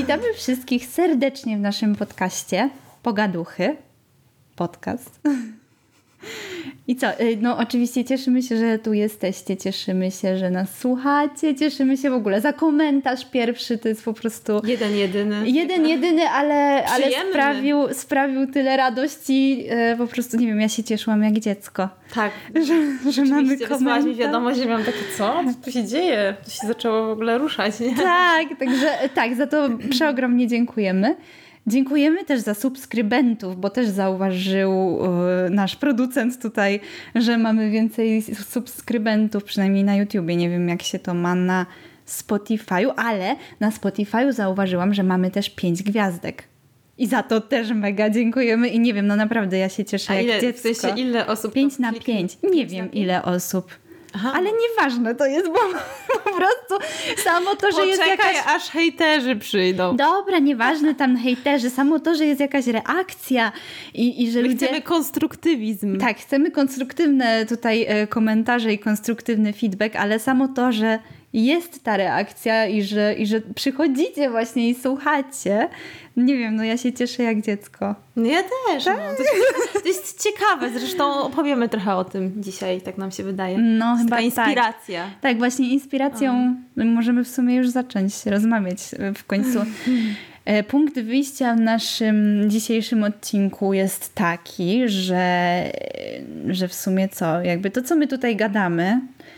Witamy wszystkich serdecznie w naszym podcaście Pogaduchy. Podcast. I co? No oczywiście cieszymy się, że tu jesteście, cieszymy się, że nas słuchacie, cieszymy się w ogóle za komentarz pierwszy, to jest po prostu... Jeden jedyny, ale sprawił tyle radości, po prostu nie wiem, ja się cieszyłam jak dziecko. Tak. Że mamy komentarz. Mi wiadomość, że miałam takie, co tu się dzieje? To się zaczęło w ogóle ruszać, nie? Tak, za to przeogromnie dziękujemy. Dziękujemy też za subskrybentów, bo też zauważył nasz producent tutaj, że mamy więcej subskrybentów, przynajmniej na YouTubie. Nie wiem, jak się to ma na Spotify'u, ale na Spotify'u zauważyłam, że mamy też 5 gwiazdek. I za to też mega dziękujemy i nie wiem, no naprawdę ja się cieszę jak dziecko. W sensie ile osób? 5 na 5. Nie wiem ile osób. Aha. Ale nieważne to jest, bo po prostu samo to, że jest jakaś... aż hejterzy przyjdą. Dobra, nieważne tam hejterzy, samo to, że jest jakaś reakcja i że ludzie... Chcemy konstruktywizm. Tak, chcemy konstruktywne tutaj komentarze i konstruktywny feedback, ale samo to, że jest ta reakcja i że przychodzicie właśnie i słuchacie. Nie wiem, no ja się cieszę jak dziecko. No ja też. Tak? No. To jest ciekawe, zresztą opowiemy trochę o tym dzisiaj, tak nam się wydaje. No chyba taka inspiracja. Tak, właśnie inspiracją możemy w sumie już zacząć rozmawiać w końcu. Punkt wyjścia w naszym dzisiejszym odcinku jest taki, że w sumie jakby to, co my tutaj gadamy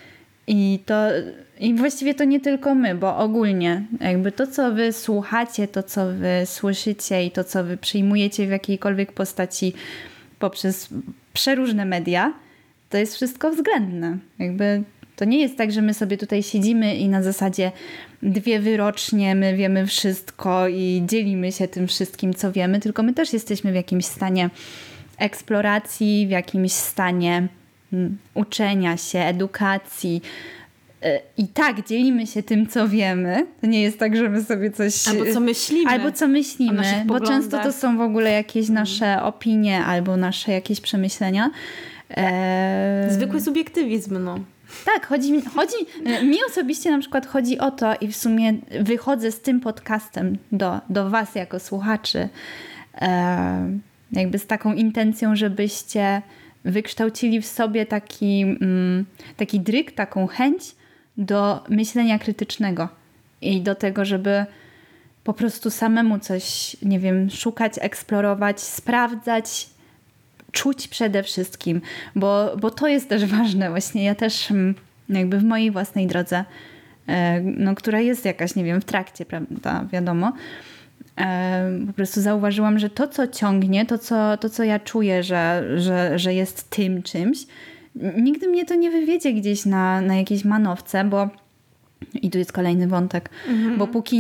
i właściwie to nie tylko my, bo ogólnie jakby to, co wy słuchacie, to, co wy słyszycie i to, co wy przyjmujecie w jakiejkolwiek postaci poprzez przeróżne media, to jest wszystko względne. Jakby to nie jest tak, że my sobie tutaj siedzimy i na zasadzie 2 wyrocznie my wiemy wszystko i dzielimy się tym wszystkim, co wiemy, tylko my też jesteśmy w jakimś stanie eksploracji, w jakimś stanie uczenia się, edukacji. I tak dzielimy się tym, co wiemy. To nie jest tak, że my sobie coś... Albo co myślimy. Bo często to są w ogóle jakieś nasze opinie albo nasze jakieś przemyślenia. Zwykły subiektywizm, no. Tak, mi osobiście na przykład chodzi o to i w sumie wychodzę z tym podcastem do was jako słuchaczy jakby z taką intencją, żebyście wykształcili w sobie taki dryg, taką chęć do myślenia krytycznego i do tego, żeby po prostu samemu coś, nie wiem, szukać, eksplorować, sprawdzać, czuć przede wszystkim, bo to jest też ważne. Właśnie ja też jakby w mojej własnej drodze, no, która jest jakaś, nie wiem, w trakcie, prawda, wiadomo, po prostu zauważyłam, że to, co ciągnie, to, co ja czuję, że jest tym czymś, nigdy mnie to nie wywiedzie gdzieś na jakiejś manowce, bo i tu jest kolejny wątek, bo póki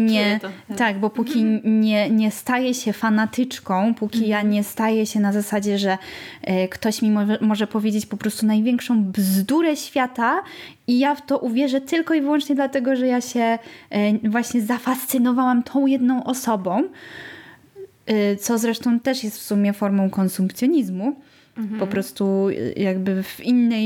nie staję się fanatyczką, póki ja nie staję się na zasadzie, że ktoś mi może powiedzieć po prostu największą bzdurę świata i ja w to uwierzę tylko i wyłącznie dlatego, że ja się właśnie zafascynowałam tą jedną osobą, co zresztą też jest w sumie formą konsumpcjonizmu, po prostu jakby w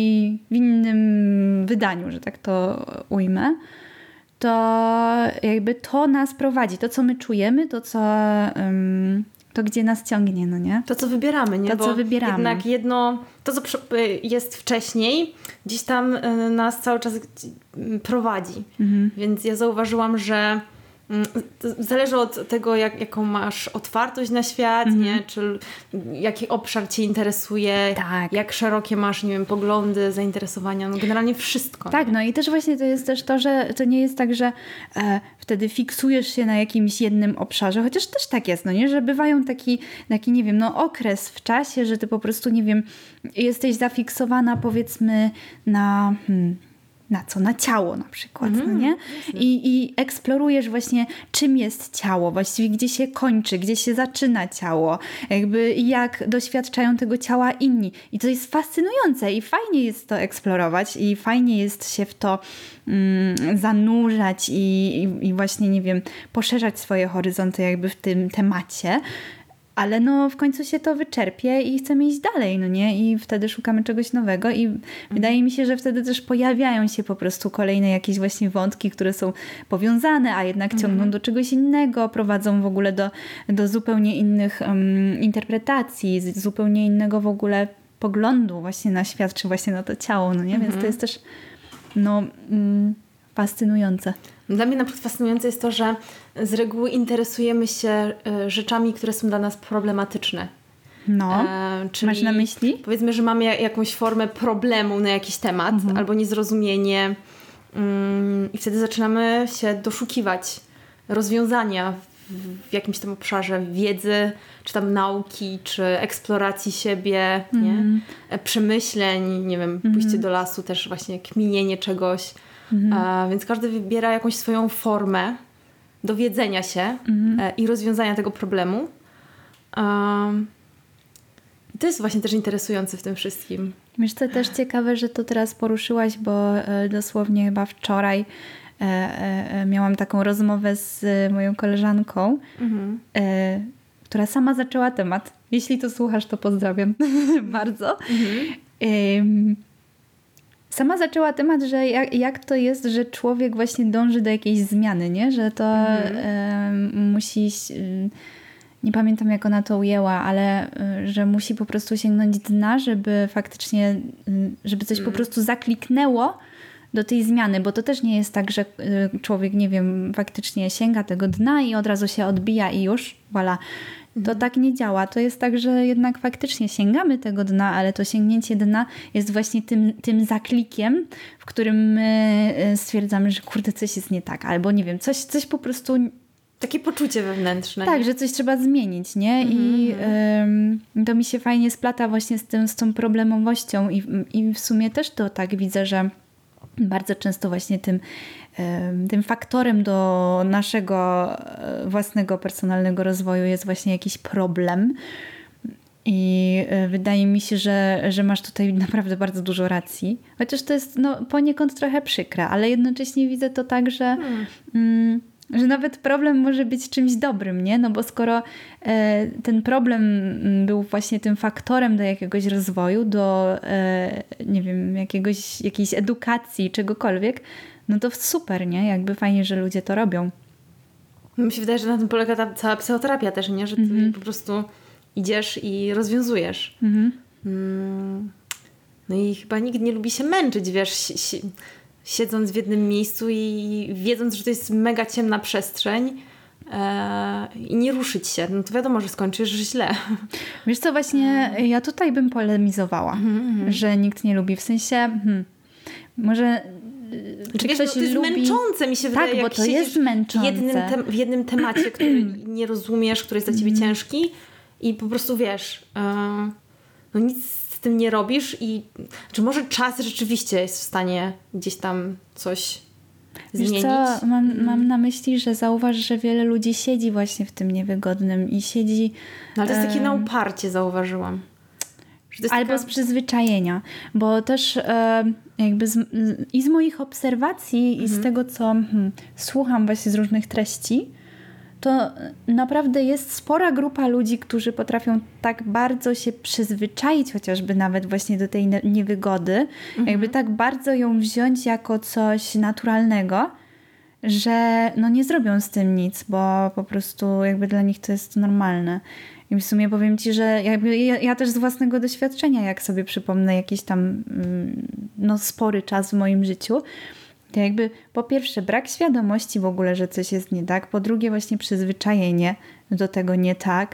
innym wydaniu, że tak to ujmę, to jakby to nas prowadzi. To, co my czujemy, to gdzie nas ciągnie, no nie? To, co wybieramy, nie? Co wybieramy. Jednak to, co jest wcześniej, gdzieś tam nas cały czas prowadzi. Więc ja zauważyłam, że zależy od tego, jaką masz otwartość na świat, nie? Czy jaki obszar cię interesuje, tak. Jak szerokie masz, nie wiem, poglądy, zainteresowania, no generalnie wszystko. Tak, no i też właśnie to jest też to, że to nie jest tak, że wtedy fiksujesz się na jakimś jednym obszarze, chociaż też tak jest, no nie? Że bywają taki, nie wiem, no okres w czasie, że ty po prostu, nie wiem, jesteś zafiksowana powiedzmy na co? Na ciało na przykład, no nie? I eksplorujesz właśnie, czym jest ciało, właściwie gdzie się kończy, gdzie się zaczyna ciało, jakby jak doświadczają tego ciała inni. I to jest fascynujące i fajnie jest to eksplorować i fajnie jest się w to zanurzać i właśnie, nie wiem, poszerzać swoje horyzonty jakby w tym temacie. ale no w końcu się to wyczerpie i chcemy iść dalej, no nie? I wtedy szukamy czegoś nowego i wydaje mi się, że wtedy też pojawiają się po prostu kolejne jakieś właśnie wątki, które są powiązane, a jednak ciągną do czegoś innego, prowadzą w ogóle do zupełnie innych interpretacji, zupełnie innego w ogóle poglądu właśnie na świat, czy właśnie na to ciało, no nie? Więc to jest też fascynujące. Dla mnie na przykład fascynujące jest to, że z reguły interesujemy się rzeczami, które są dla nas problematyczne. No, czyli masz na myśli? Powiedzmy, że mamy jakąś formę problemu na jakiś temat albo niezrozumienie i wtedy zaczynamy się doszukiwać rozwiązania w jakimś tam obszarze wiedzy, czy tam nauki, czy eksploracji siebie, nie? Przemyśleń, nie wiem, pójście do lasu, też właśnie kminienie czegoś. Więc każdy wybiera jakąś swoją formę dowiedzenia się i rozwiązania tego problemu. I to jest właśnie też interesujące w tym wszystkim. Wiesz co, też ciekawe, że to teraz poruszyłaś, bo dosłownie chyba wczoraj miałam taką rozmowę z moją koleżanką, która sama zaczęła temat. Jeśli to słuchasz, to pozdrawiam bardzo. Sama zaczęła temat, że jak to jest, że człowiek właśnie dąży do jakiejś zmiany, nie? Że to musi... Nie pamiętam, jak ona to ujęła, ale że musi po prostu sięgnąć dna, żeby faktycznie, żeby coś po prostu zakliknęło do tej zmiany, bo to też nie jest tak, że człowiek, nie wiem, faktycznie sięga tego dna i od razu się odbija i już, voilà. To tak nie działa. To jest tak, że jednak faktycznie sięgamy tego dna, ale to sięgnięcie dna jest właśnie tym zaklikiem, w którym my stwierdzamy, że kurde, coś jest nie tak, albo nie wiem, coś po prostu... Takie poczucie wewnętrzne. Tak, że coś trzeba zmienić, nie? I to mi się fajnie splata właśnie z tą problemowością i w sumie też to tak widzę, że bardzo często właśnie tym faktorem do naszego własnego personalnego rozwoju jest właśnie jakiś problem. I wydaje mi się, że masz tutaj naprawdę bardzo dużo racji. Chociaż to jest poniekąd trochę przykre, ale jednocześnie widzę to tak, że nawet problem może być czymś dobrym, nie? No bo skoro ten problem był właśnie tym faktorem do jakiegoś rozwoju, do nie wiem, jakiejś edukacji, czegokolwiek, no to super, nie? Jakby fajnie, że ludzie to robią. Mi się wydaje, że na tym polega ta cała psychoterapia też, nie? Że ty po prostu idziesz i rozwiązujesz. No i chyba nikt nie lubi się męczyć, wiesz, siedząc w jednym miejscu i wiedząc, że to jest mega ciemna przestrzeń i nie ruszyć się, no to wiadomo, że skończysz źle. Wiesz co, właśnie ja tutaj bym polemizowała, że nikt nie lubi, w sensie może... Czy ktoś to jest lubi... męczące, mi się wydaje, tak, bo to jest męczące. W jednym temacie, który nie rozumiesz, który jest dla ciebie ciężki i po prostu wiesz, no nic z tym nie robisz i czy może czas rzeczywiście jest w stanie gdzieś tam coś zmienić? Wiesz co, mam na myśli, że zauważ, że wiele ludzi siedzi właśnie w tym niewygodnym i siedzi... No ale to jest takie na uparcie, zauważyłam. Albo z przyzwyczajenia, bo też jakby z moich obserwacji i z tego, co słucham właśnie z różnych treści, to naprawdę jest spora grupa ludzi, którzy potrafią tak bardzo się przyzwyczaić chociażby nawet właśnie do tej niewygody, jakby tak bardzo ją wziąć jako coś naturalnego, że no nie zrobią z tym nic, bo po prostu jakby dla nich to jest normalne. I w sumie powiem ci, że ja też z własnego doświadczenia, jak sobie przypomnę jakiś tam spory czas w moim życiu, to jakby po pierwsze brak świadomości w ogóle, że coś jest nie tak, po drugie właśnie przyzwyczajenie do tego nie tak,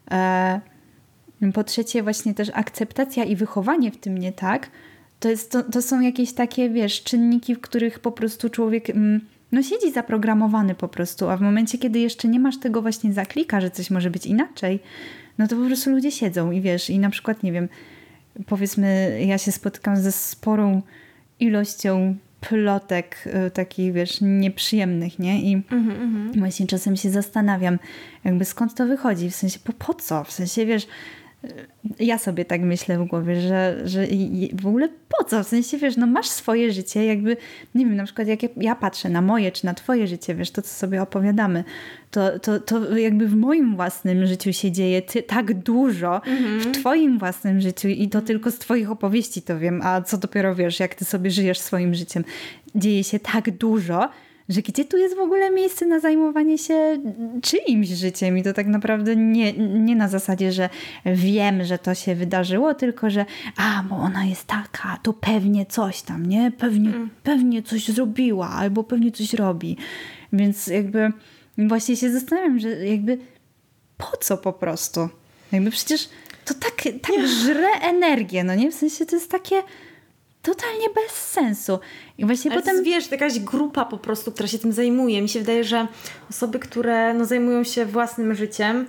po trzecie właśnie też akceptacja i wychowanie w tym nie tak, to są jakieś takie, wiesz, czynniki, w których po prostu człowiek siedzi zaprogramowany po prostu, a w momencie, kiedy jeszcze nie masz tego właśnie zaklika, że coś może być inaczej, no to po prostu ludzie siedzą i wiesz, i na przykład, nie wiem, powiedzmy, ja się spotykam ze sporą ilością plotek takich, wiesz, nieprzyjemnych, nie? I właśnie czasem się zastanawiam, jakby skąd to wychodzi, w sensie po co? W sensie, wiesz, ja sobie tak myślę w głowie, że w ogóle po co? W sensie, wiesz, no masz swoje życie, jakby, nie wiem, na przykład jak ja patrzę na moje czy na twoje życie, wiesz, to co sobie opowiadamy, to jakby w moim własnym życiu się dzieje tak dużo, w twoim własnym życiu i to tylko z twoich opowieści to wiem, a co dopiero wiesz, jak ty sobie żyjesz swoim życiem. Dzieje się tak dużo, że gdzie tu jest w ogóle miejsce na zajmowanie się czyimś życiem i to tak naprawdę nie na zasadzie, że wiem, że to się wydarzyło, tylko że bo ona jest taka, to pewnie coś tam, nie? Pewnie coś zrobiła albo pewnie coś robi. Więc jakby właśnie się zastanawiam, że jakby po co po prostu? Jakby przecież to tak żre energię, no nie? W sensie to jest takie totalnie bez sensu. I właśnie ale potem... to jest, wiesz, jakaś grupa po prostu, która się tym zajmuje. Mi się wydaje, że osoby, które zajmują się własnym życiem,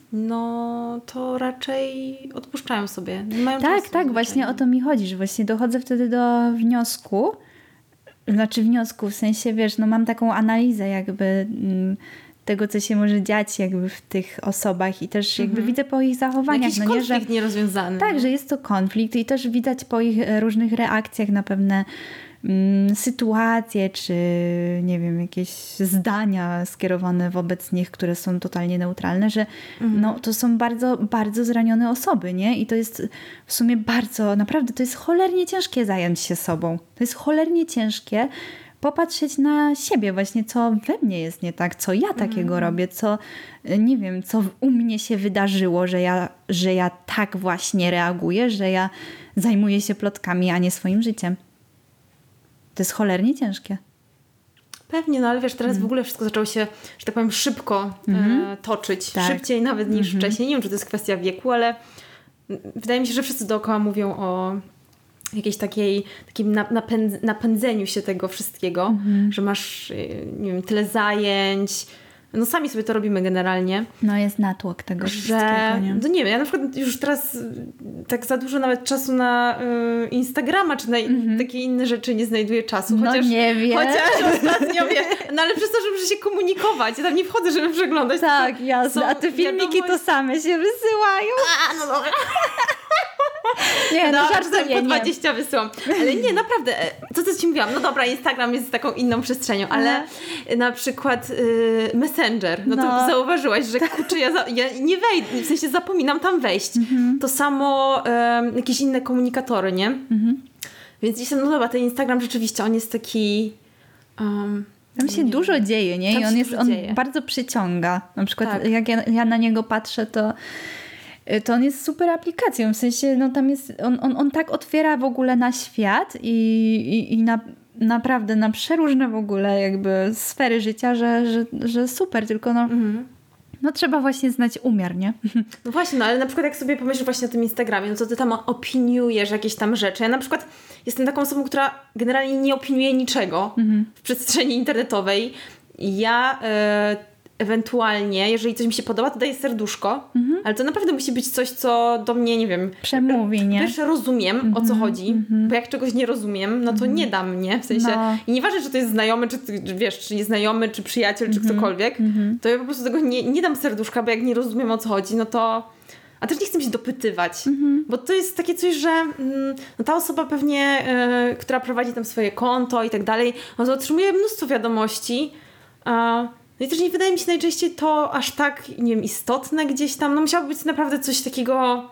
no to raczej odpuszczają sobie. Nie mają czasu, tak, właśnie o to mi chodzi, że właśnie dochodzę wtedy do wniosku, w sensie, wiesz, no mam taką analizę jakby tego, co się może dziać jakby w tych osobach i też jakby widzę po ich zachowaniach. Jakiś konflikt nierozwiązany. Tak, że jest to konflikt i też widać po ich różnych reakcjach na pewne sytuacje, czy nie wiem, jakieś zdania skierowane wobec nich, które są totalnie neutralne, że no, to są bardzo, bardzo zranione osoby, nie? I to jest w sumie bardzo, naprawdę to jest cholernie ciężkie zająć się sobą. To jest cholernie ciężkie popatrzeć na siebie właśnie, co we mnie jest nie tak, co ja takiego robię, co nie wiem, co u mnie się wydarzyło, że ja tak właśnie reaguję, że ja zajmuję się plotkami, a nie swoim życiem. To jest cholernie ciężkie. Pewnie, no ale wiesz, teraz w ogóle wszystko zaczęło się, że tak powiem, szybko toczyć. Tak. Szybciej nawet niż wcześniej. Nie wiem, czy to jest kwestia wieku, ale wydaje mi się, że wszyscy dookoła mówią o jakiejś takim napędzeniu się tego wszystkiego, że masz, nie wiem, tyle zajęć. No sami sobie to robimy generalnie. No jest natłok tego wszystkiego, nie? No nie wiem, ja na przykład już teraz tak za dużo nawet czasu na Instagrama czy na takie inne rzeczy nie znajduję czasu. Chociaż, no nie wiem. Chociaż ostatnio wiem. No ale przez to, żeby się komunikować. Ja tam nie wchodzę, żeby przeglądać. Tak, jasne. A te filmiki to same się wysyłają. No dobra. Nie, no żartuję, po 20 wysyłam. Ale nie, naprawdę, to co ci mówiłam, no dobra, Instagram jest taką inną przestrzenią, ale na przykład Messenger, no to zauważyłaś, że kurczę, ja nie wejdę, w sensie zapominam tam wejść. To samo jakieś inne komunikatory, nie? Więc gdzieś no dobra, ten Instagram rzeczywiście, on jest taki... tam się dużo dzieje, nie? I on bardzo przyciąga. Na przykład jak ja na niego patrzę, to on jest super aplikacją, w sensie no tam jest, on tak otwiera w ogóle na świat i naprawdę na przeróżne w ogóle jakby sfery życia, że super, tylko no trzeba właśnie znać umiar, nie? No właśnie, no ale na przykład jak sobie pomyślisz właśnie o tym Instagramie, no to ty tam opiniujesz jakieś tam rzeczy. Ja na przykład jestem taką osobą, która generalnie nie opiniuje niczego w przestrzeni internetowej. Ja ewentualnie, jeżeli coś mi się podoba, to daję serduszko, ale to naprawdę musi być coś, co do mnie, nie wiem... Przemówi, nie? Pierwsze rozumiem, o co chodzi, bo jak czegoś nie rozumiem, no to nie dam, nie? W sensie, i nieważne, czy to jest znajomy, czy wiesz, czy nieznajomy, czy przyjaciel, czy ktokolwiek, to ja po prostu tego nie dam serduszka, bo jak nie rozumiem, o co chodzi, no to... A też nie chcę się dopytywać, bo to jest takie coś, że no ta osoba pewnie, która prowadzi tam swoje konto i tak dalej, no to otrzymuje mnóstwo wiadomości, no i też nie wydaje mi się najczęściej to aż tak, nie wiem, istotne gdzieś tam. No musiało być naprawdę coś takiego,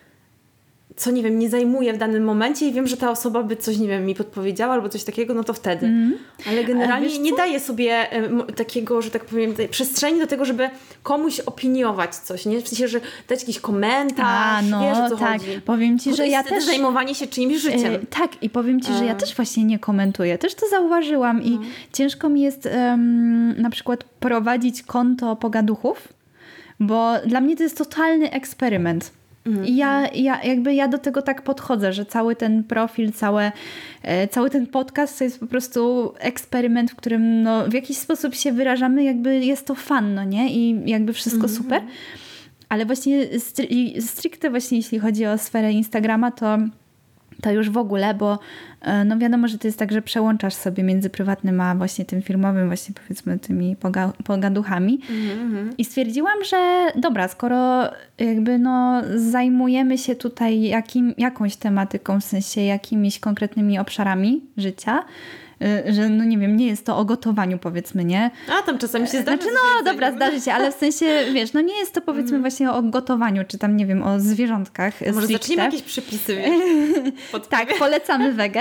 co nie wiem, nie zajmuje w danym momencie i wiem, że ta osoba by coś, nie wiem, mi podpowiedziała albo coś takiego, no to wtedy. Ale generalnie nie daje sobie takiego, że tak powiem, tej przestrzeni do tego, żeby komuś opiniować coś, nie? W sensie, że dać jakiś komentarz, wiesz, o co chodzi. Powiem ci, że ja też... zajmowanie się czyimś życiem. Tak, i powiem ci, że ja też właśnie nie komentuję. Też to zauważyłam i ciężko mi jest na przykład prowadzić konto pogaduchów, bo dla mnie to jest totalny eksperyment. I ja do tego tak podchodzę, że cały ten profil, cały ten podcast to jest po prostu eksperyment, w którym no, w jakiś sposób się wyrażamy, jakby jest to fan, no nie? I jakby wszystko super. Ale właśnie stricte właśnie jeśli chodzi o sferę Instagrama, to już w ogóle, bo no wiadomo, że to jest tak, że przełączasz sobie między prywatnym a właśnie tym firmowym, właśnie powiedzmy tymi pogaduchami. I stwierdziłam, że dobra, skoro jakby no zajmujemy się tutaj jakąś tematyką, w sensie jakimiś konkretnymi obszarami życia, że no nie wiem, nie jest to o gotowaniu powiedzmy, nie? A tam czasami się zdarzy. Znaczy no dobra, zdarzy się, ale w sensie wiesz, no nie jest to powiedzmy właśnie o gotowaniu, czy tam nie wiem, o zwierzątkach. A może zacznijmy jakieś przepisy, wiesz? Tak, polecamy wegę.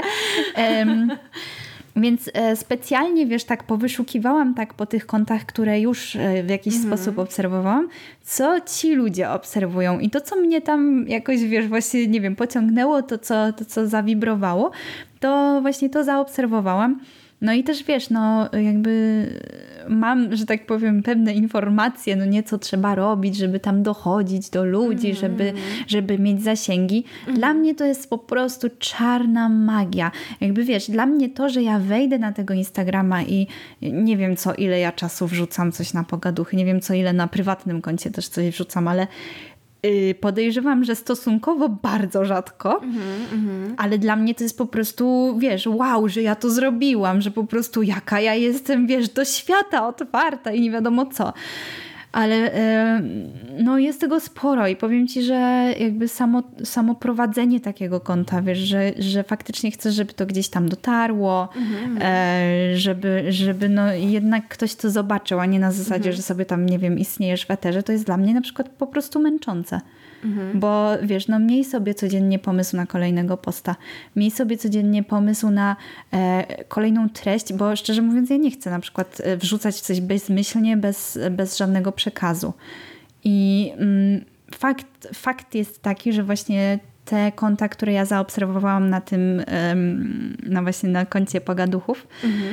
Więc specjalnie, wiesz, tak powyszukiwałam tak po tych kontach, które już w jakiś sposób obserwowałam, co ci ludzie obserwują i to, co mnie tam jakoś, wiesz, właśnie, nie wiem, pociągnęło, to co zawibrowało, to właśnie to zaobserwowałam. No i też wiesz, no jakby mam, że tak powiem, pewne informacje, no nie co trzeba robić, żeby tam dochodzić do ludzi, żeby mieć zasięgi. Dla mnie to jest po prostu czarna magia. Jakby wiesz, dla mnie to, że ja wejdę na tego Instagrama i nie wiem ile ja czasu wrzucam coś na pogaduchy, nie wiem ile na prywatnym koncie też coś wrzucam, ale podejrzewam, że stosunkowo bardzo rzadko, ale dla mnie to jest po prostu, wiesz, wow, że ja to zrobiłam, że po prostu jaka ja jestem, wiesz, do świata otwarta i nie wiadomo co. Ale no jest tego sporo i powiem ci, że jakby samo prowadzenie takiego konta, wiesz, że faktycznie chcesz, żeby to gdzieś tam dotarło, żeby no jednak ktoś to zobaczył, a nie na zasadzie, że sobie tam, nie wiem, istniejesz w eterze, to jest dla mnie na przykład po prostu męczące. Bo wiesz, no miej sobie codziennie pomysł na kolejnego posta. Miej sobie codziennie pomysł na kolejną treść, bo szczerze mówiąc ja nie chcę na przykład wrzucać w coś bezmyślnie, bez żadnego przekazu. I fakt jest taki, że właśnie te konta, które ja zaobserwowałam na tym, właśnie na koncie pogaduchów,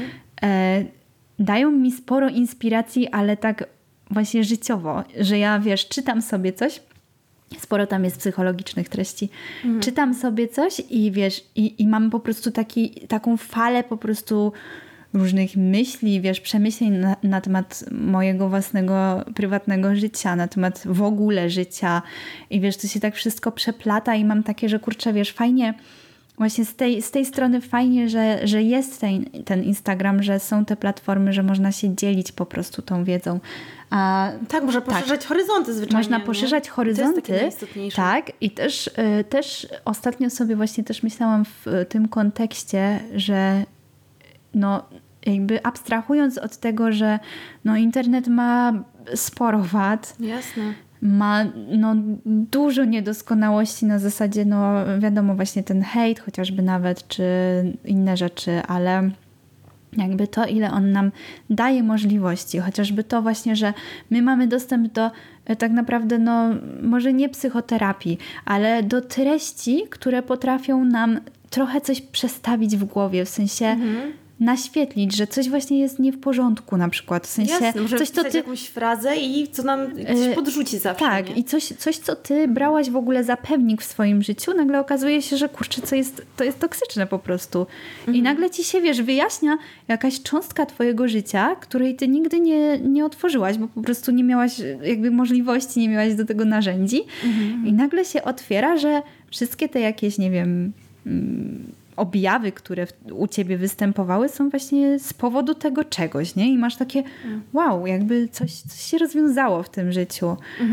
dają mi sporo inspiracji, ale tak właśnie życiowo, że ja, wiesz, czytam sobie coś, sporo tam jest psychologicznych treści. Czytam sobie coś i wiesz, i mam po prostu taką falę po prostu różnych myśli, wiesz, przemyśleń na temat mojego własnego, prywatnego życia, na temat w ogóle życia. I wiesz, to się tak wszystko przeplata i mam takie, że kurczę, wiesz, fajnie, właśnie z tej strony fajnie, że jest ten Instagram, że są te platformy, że można się dzielić po prostu tą wiedzą. Tak, można poszerzać horyzonty zwyczajnie. Można poszerzać horyzonty. To jest takie najistotniejsze. Tak, i też ostatnio sobie właśnie też myślałam w tym kontekście, że no jakby abstrahując od tego, że no internet ma sporo wad. Jasne. Ma no, dużo niedoskonałości na zasadzie, no wiadomo, właśnie ten hejt chociażby nawet, czy inne rzeczy, ale jakby to, ile on nam daje możliwości, chociażby to właśnie, że my mamy dostęp do tak naprawdę, no może nie psychoterapii, ale do treści, które potrafią nam trochę coś przestawić w głowie, w sensie naświetlić, że coś właśnie jest nie w porządku na przykład. W sensie jasne, może coś, co ty jakąś frazę i co nam coś podrzuci zawsze. Tak, nie? i coś, co ty brałaś w ogóle za pewnik w swoim życiu, nagle okazuje się, że kurczę, to jest toksyczne po prostu. I nagle ci się, wiesz, wyjaśnia jakaś cząstka twojego życia, której ty nigdy nie otworzyłaś, bo po prostu nie miałaś jakby możliwości, nie miałaś do tego narzędzi. I nagle się otwiera, że wszystkie te jakieś, nie wiem, objawy, które u ciebie występowały, są właśnie z powodu tego czegoś, nie? I masz takie wow, jakby coś się rozwiązało w tym życiu.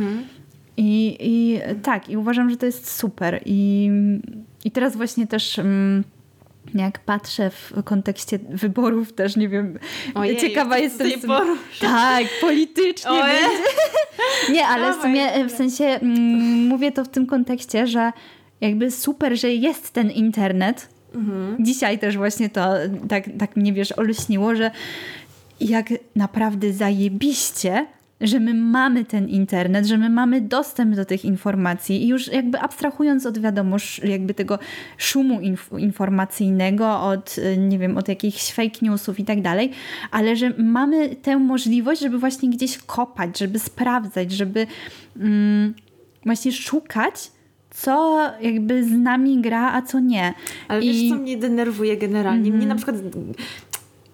I tak, i uważam, że to jest super. I teraz właśnie też jak patrzę w kontekście wyborów też, nie wiem, ojej, ciekawa jestem. Tak, politycznie będzie. Nie, ale w sensie mówię to w tym kontekście, że jakby super, że jest ten internet. Dzisiaj też właśnie to tak mnie, wiesz, olśniło, że jak naprawdę zajebiście, że my mamy ten internet, że my mamy dostęp do tych informacji i już jakby abstrahując od wiadomo, jakby tego szumu informacyjnego, od jakichś fake newsów i tak dalej, ale że mamy tę możliwość, żeby właśnie gdzieś kopać, żeby sprawdzać, żeby właśnie szukać, co jakby z nami gra, a co nie. Ale wiesz, co mnie denerwuje generalnie? Mnie na przykład...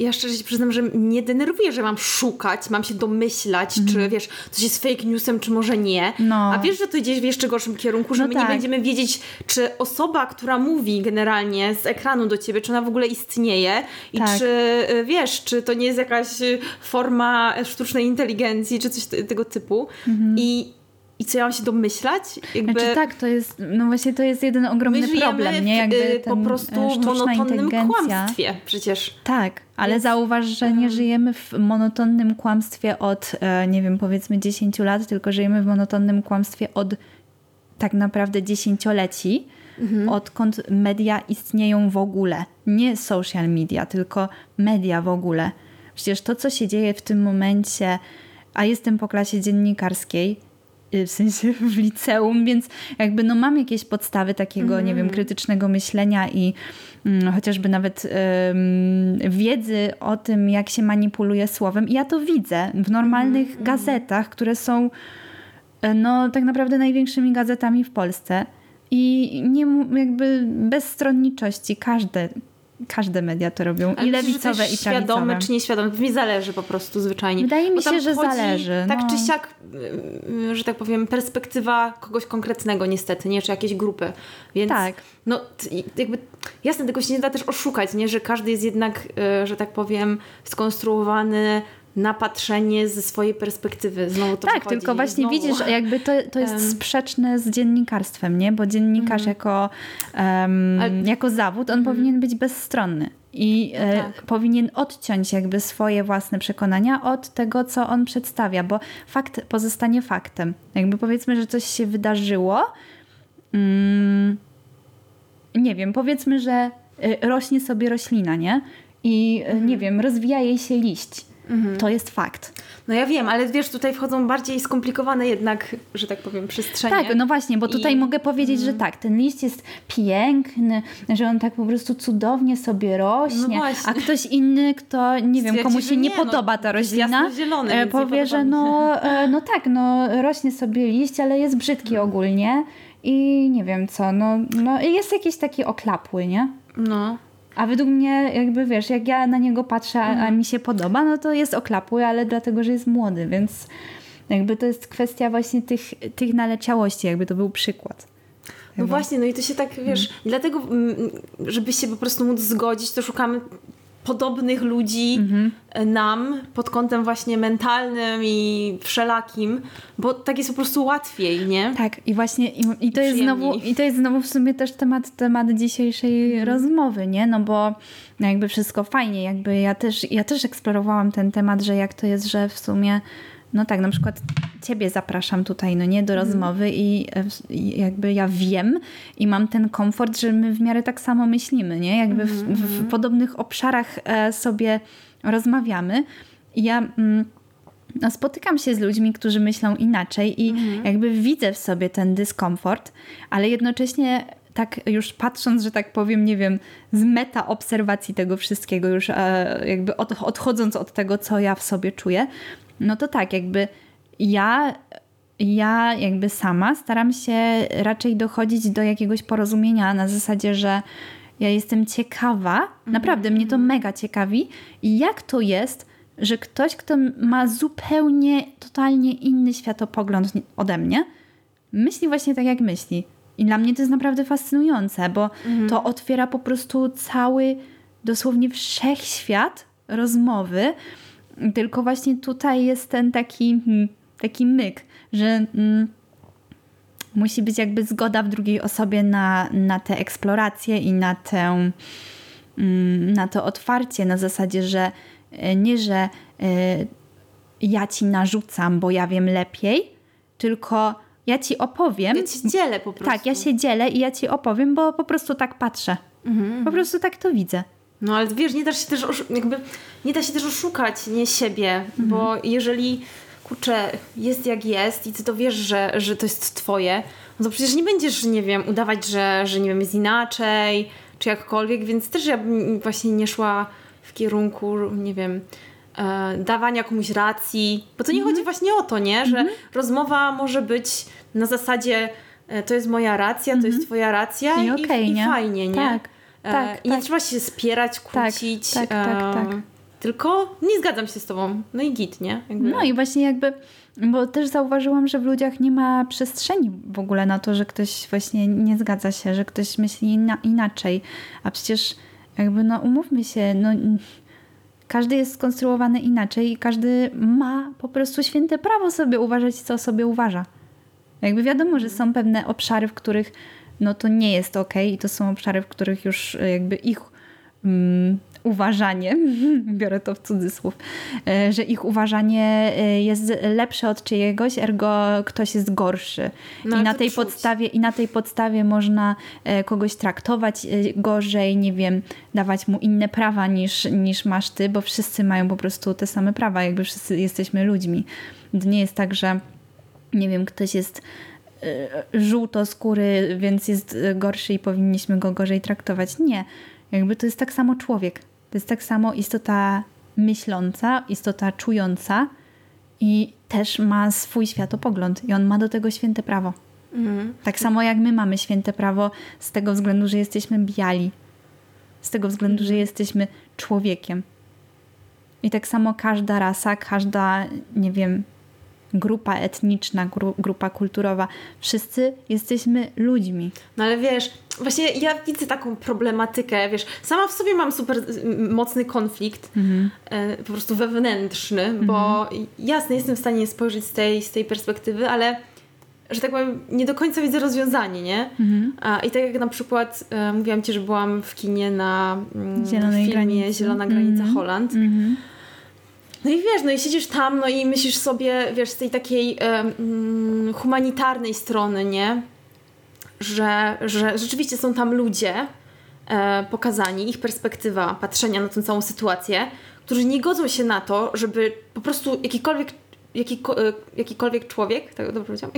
ja szczerze się przyznam, że mnie denerwuje, że mam szukać, mam się domyślać, czy wiesz, coś jest fake newsem, czy może nie. No. A wiesz, że to idzie w jeszcze gorszym kierunku, że my nie będziemy wiedzieć, czy osoba, która mówi generalnie z ekranu do ciebie, czy ona w ogóle istnieje i czy wiesz, czy to nie jest jakaś forma sztucznej inteligencji, czy coś tego typu. I co ja mam się domyślać? Znaczy tak, to jest, no właśnie to jest jeden ogromny problem, nie? Jakby po prostu w monotonnym kłamstwie przecież. Tak, ale zauważ, że nie żyjemy w monotonnym kłamstwie od, nie wiem, powiedzmy 10 lat, tylko żyjemy w monotonnym kłamstwie od tak naprawdę dziesięcioleci, odkąd media istnieją w ogóle. Nie social media, tylko media w ogóle. Przecież to, co się dzieje w tym momencie, a jestem po klasie dziennikarskiej, w sensie w liceum, więc jakby no mam jakieś podstawy takiego, nie wiem, krytycznego myślenia i chociażby nawet wiedzy o tym, jak się manipuluje słowem. I ja to widzę w normalnych gazetach, które są no tak naprawdę największymi gazetami w Polsce. I nie jakby bez stronniczości każde media to robią. Ale i lewicowe, i prawicowe. Świadome czy nieświadome. Mi zależy po prostu zwyczajnie. Wydaje mi się, że zależy. Tak czy siak, że tak powiem, perspektywa kogoś konkretnego niestety, nie? Czy jakiejś grupy. Więc tak. No jakby jasne, tego się nie da też oszukać, nie? Że każdy jest jednak, że tak powiem, skonstruowany na patrzenie ze swojej perspektywy. Znowu to tak, wychodzi. tylko właśnie widzisz, jakby to jest sprzeczne z dziennikarstwem, nie? Bo dziennikarz jako zawód, on powinien być bezstronny. I powinien odciąć jakby swoje własne przekonania od tego, co on przedstawia, bo fakt pozostanie faktem. Jakby powiedzmy, że coś się wydarzyło, nie wiem, powiedzmy, że rośnie sobie roślina, nie? I nie wiem, rozwija jej się liść. To jest fakt. No ja wiem, ale wiesz, tutaj wchodzą bardziej skomplikowane jednak, że tak powiem, przestrzenie. Tak, no właśnie, bo tutaj mogę powiedzieć, że tak, ten liść jest piękny, że on tak po prostu cudownie sobie rośnie, no a ktoś inny, kto, nie wiem, komu się nie podoba ta roślina, powie, że no tak, rośnie sobie liść, ale jest brzydki ogólnie i nie wiem co, no jest jakiś taki oklapły, nie? No. A według mnie, jakby wiesz, jak ja na niego patrzę, a mi się podoba, no to jest oklapły, ale dlatego, że jest młody, więc jakby to jest kwestia właśnie tych naleciałości, jakby to był przykład. No właśnie, no i to się tak, wiesz, dlatego, żeby się po prostu móc zgodzić, to szukamy podobnych ludzi nam pod kątem właśnie mentalnym i wszelakim, bo tak jest po prostu łatwiej, nie? Tak, i właśnie i to jest znowu w sumie też temat dzisiejszej rozmowy, nie? No bo jakby wszystko fajnie, jakby ja też eksplorowałam ten temat, że jak to jest, że w sumie no tak, na przykład ciebie zapraszam tutaj, no nie, do rozmowy i jakby ja wiem i mam ten komfort, że my w miarę tak samo myślimy, nie? Jakby w podobnych obszarach sobie rozmawiamy. I ja spotykam się z ludźmi, którzy myślą inaczej i jakby widzę w sobie ten dyskomfort, ale jednocześnie tak już patrząc, że tak powiem, nie wiem, z meta obserwacji tego wszystkiego, już jakby odchodząc od tego, co ja w sobie czuję, no to tak, jakby ja jakby sama staram się raczej dochodzić do jakiegoś porozumienia na zasadzie, że ja jestem ciekawa, naprawdę mnie to mega ciekawi i jak to jest, że ktoś, kto ma zupełnie, totalnie inny światopogląd ode mnie, myśli właśnie tak, jak myśli. I dla mnie to jest naprawdę fascynujące, bo to otwiera po prostu cały, dosłownie wszechświat rozmowy. Tylko właśnie tutaj jest ten taki myk, że musi być jakby zgoda w drugiej osobie na te eksploracje i na to otwarcie na zasadzie, że nie, że ja ci narzucam, bo ja wiem lepiej, tylko ja ci opowiem. Ja ci dzielę po prostu. Tak, ja się dzielę i ja ci opowiem, bo po prostu tak patrzę. Po prostu tak to widzę. No ale wiesz, nie da się też oszukać nie siebie, bo jeżeli jest jak jest i ty to wiesz, że to jest twoje, no to przecież nie będziesz, nie wiem, udawać, że nie wiem, jest inaczej, czy jakkolwiek, więc też ja bym właśnie nie szła w kierunku, nie wiem, dawania komuś racji, bo to nie chodzi właśnie o to, nie? Że rozmowa może być na zasadzie to jest moja racja, to jest twoja racja i fajnie, nie? Tak. I nie trzeba się spierać, kłócić. Tak. tylko nie zgadzam się z tobą. No i git, nie? No i właśnie bo też zauważyłam, że w ludziach nie ma przestrzeni w ogóle na to, że ktoś właśnie nie zgadza się, że ktoś myśli inaczej. A przecież umówmy się, każdy jest skonstruowany inaczej i każdy ma po prostu święte prawo sobie uważać, co sobie uważa. Wiadomo, że są pewne obszary, w których to nie jest okej i to są obszary, w których już ich uważanie, biorę to w cudzysłów, że ich uważanie jest lepsze od czyjegoś, ergo ktoś jest gorszy. I na tej podstawie można kogoś traktować gorzej, nie wiem, dawać mu inne prawa niż masz ty, bo wszyscy mają po prostu te same prawa, wszyscy jesteśmy ludźmi. To nie jest tak, że nie wiem, ktoś jest żółtoskóry, więc jest gorszy i powinniśmy go gorzej traktować. Nie. To jest tak samo człowiek. To jest tak samo istota myśląca, istota czująca i też ma swój światopogląd i on ma do tego święte prawo. Tak samo jak my mamy święte prawo z tego względu, że jesteśmy biali. Z tego względu, że jesteśmy człowiekiem. I tak samo każda rasa, każda, nie wiem, grupa etniczna, grupa kulturowa. Wszyscy jesteśmy ludźmi. No ale wiesz, właśnie ja widzę taką problematykę, wiesz, sama w sobie mam super mocny konflikt, po prostu wewnętrzny, bo jasne, jestem w stanie spojrzeć z tej perspektywy, ale że tak powiem, nie do końca widzę rozwiązanie, nie? I tak jak na przykład mówiłam ci, że byłam w kinie na filmie Zielona granica Holland. No i wiesz, no i siedzisz tam, no i myślisz sobie, wiesz, z tej takiej humanitarnej strony, nie? Że rzeczywiście są tam ludzie pokazani, ich perspektywa patrzenia na tę całą sytuację, którzy nie godzą się na to, żeby po prostu jakikolwiek człowiek, tak dobrze powiedziałam?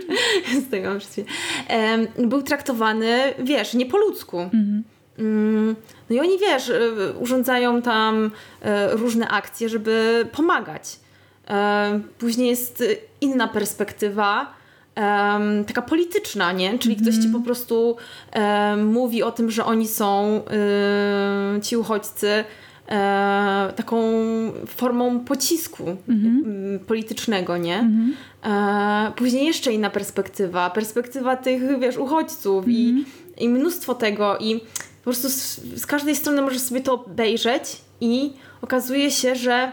Był traktowany, wiesz, nie po ludzku. No i oni, wiesz, urządzają tam różne akcje, żeby pomagać. Później jest inna perspektywa, taka polityczna, nie? Czyli ktoś ci po prostu mówi o tym, że oni są, ci uchodźcy, taką formą pocisku politycznego, nie? Później jeszcze inna perspektywa tych, wiesz, uchodźców i mnóstwo tego i po prostu z każdej strony możesz sobie to obejrzeć i okazuje się, że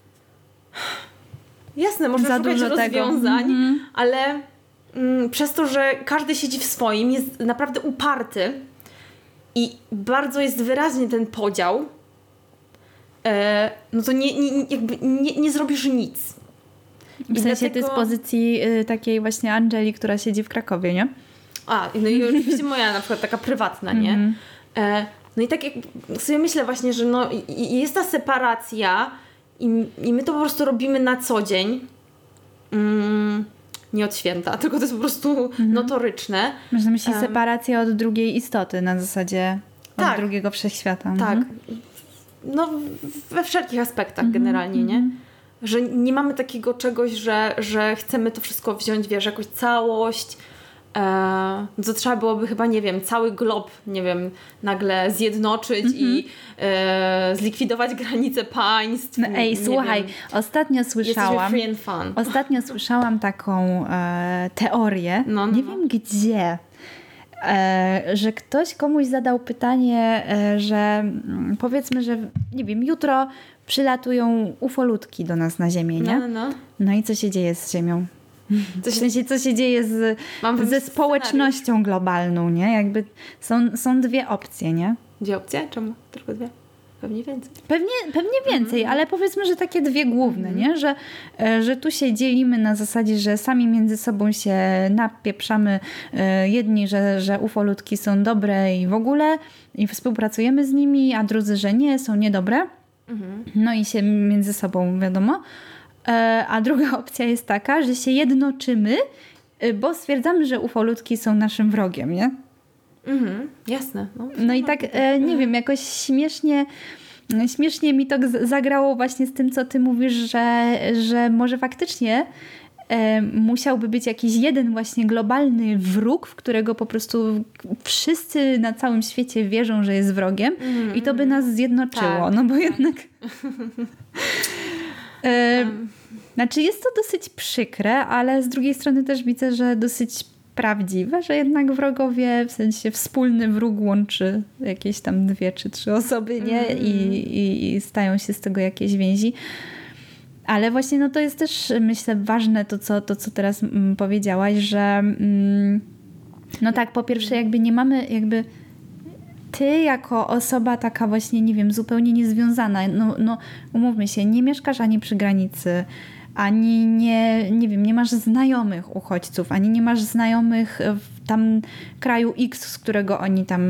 jasne, można szukać rozwiązań, ale przez to, że każdy siedzi w swoim, jest naprawdę uparty i bardzo jest wyraźny ten podział, no to nie zrobisz nic. W sensie ty z pozycji takiej właśnie Angeli, która siedzi w Krakowie, nie? No i oczywiście moja na przykład taka prywatna, nie? No i tak jak sobie myślę właśnie, że no jest ta separacja i my to po prostu robimy na co dzień. Nie od święta, tylko to jest po prostu notoryczne. Można myśleć separacja od drugiej istoty na zasadzie od drugiego wszechświata. Tak. No we wszelkich aspektach generalnie, nie? Że nie mamy takiego czegoś, że chcemy to wszystko wziąć, wiesz, jakąś całość. To trzeba byłoby chyba, nie wiem, cały glob, nie wiem, nagle zjednoczyć i zlikwidować granice państw. No słuchaj, ostatnio słyszałam taką teorię, nie wiem gdzie, że ktoś komuś zadał pytanie, że powiedzmy, że nie wiem, jutro przylatują ufolutki do nas na Ziemię, nie? No i co się dzieje z Ziemią? W sensie, co się dzieje ze społecznością globalną, nie? Jakby są dwie opcje, nie? Dwie opcje? Czemu tylko dwie? Pewnie więcej. Pewnie więcej, ale powiedzmy, że takie dwie główne, nie? Że tu się dzielimy na zasadzie, że sami między sobą się napieprzamy jedni, że ufolutki są dobre i w ogóle i współpracujemy z nimi, a drudzy, że nie, są niedobre. No i się między sobą, wiadomo. A druga opcja jest taka, że się jednoczymy, bo stwierdzamy, że ufolutki są naszym wrogiem, nie? Jasne. No i tak, nie wiem, jakoś śmiesznie mi to zagrało właśnie z tym, co ty mówisz, że może faktycznie musiałby być jakiś jeden właśnie globalny wróg, w którego po prostu wszyscy na całym świecie wierzą, że jest wrogiem i to by nas zjednoczyło. Tak. No bo jednak... Znaczy jest to dosyć przykre, ale z drugiej strony też widzę, że dosyć prawdziwe, że jednak wrogowie, w sensie wspólny wróg łączy jakieś tam 2 czy 3 osoby, nie? I stają się z tego jakieś więzi. Ale właśnie no to jest też, myślę, ważne to, co teraz powiedziałaś, że no tak, po pierwsze jakby nie mamy jakby ty jako osoba taka właśnie, nie wiem, zupełnie niezwiązana, no umówmy się, nie mieszkasz ani przy granicy, ani nie wiem, nie masz znajomych uchodźców, ani nie masz znajomych w tam kraju X, z którego oni tam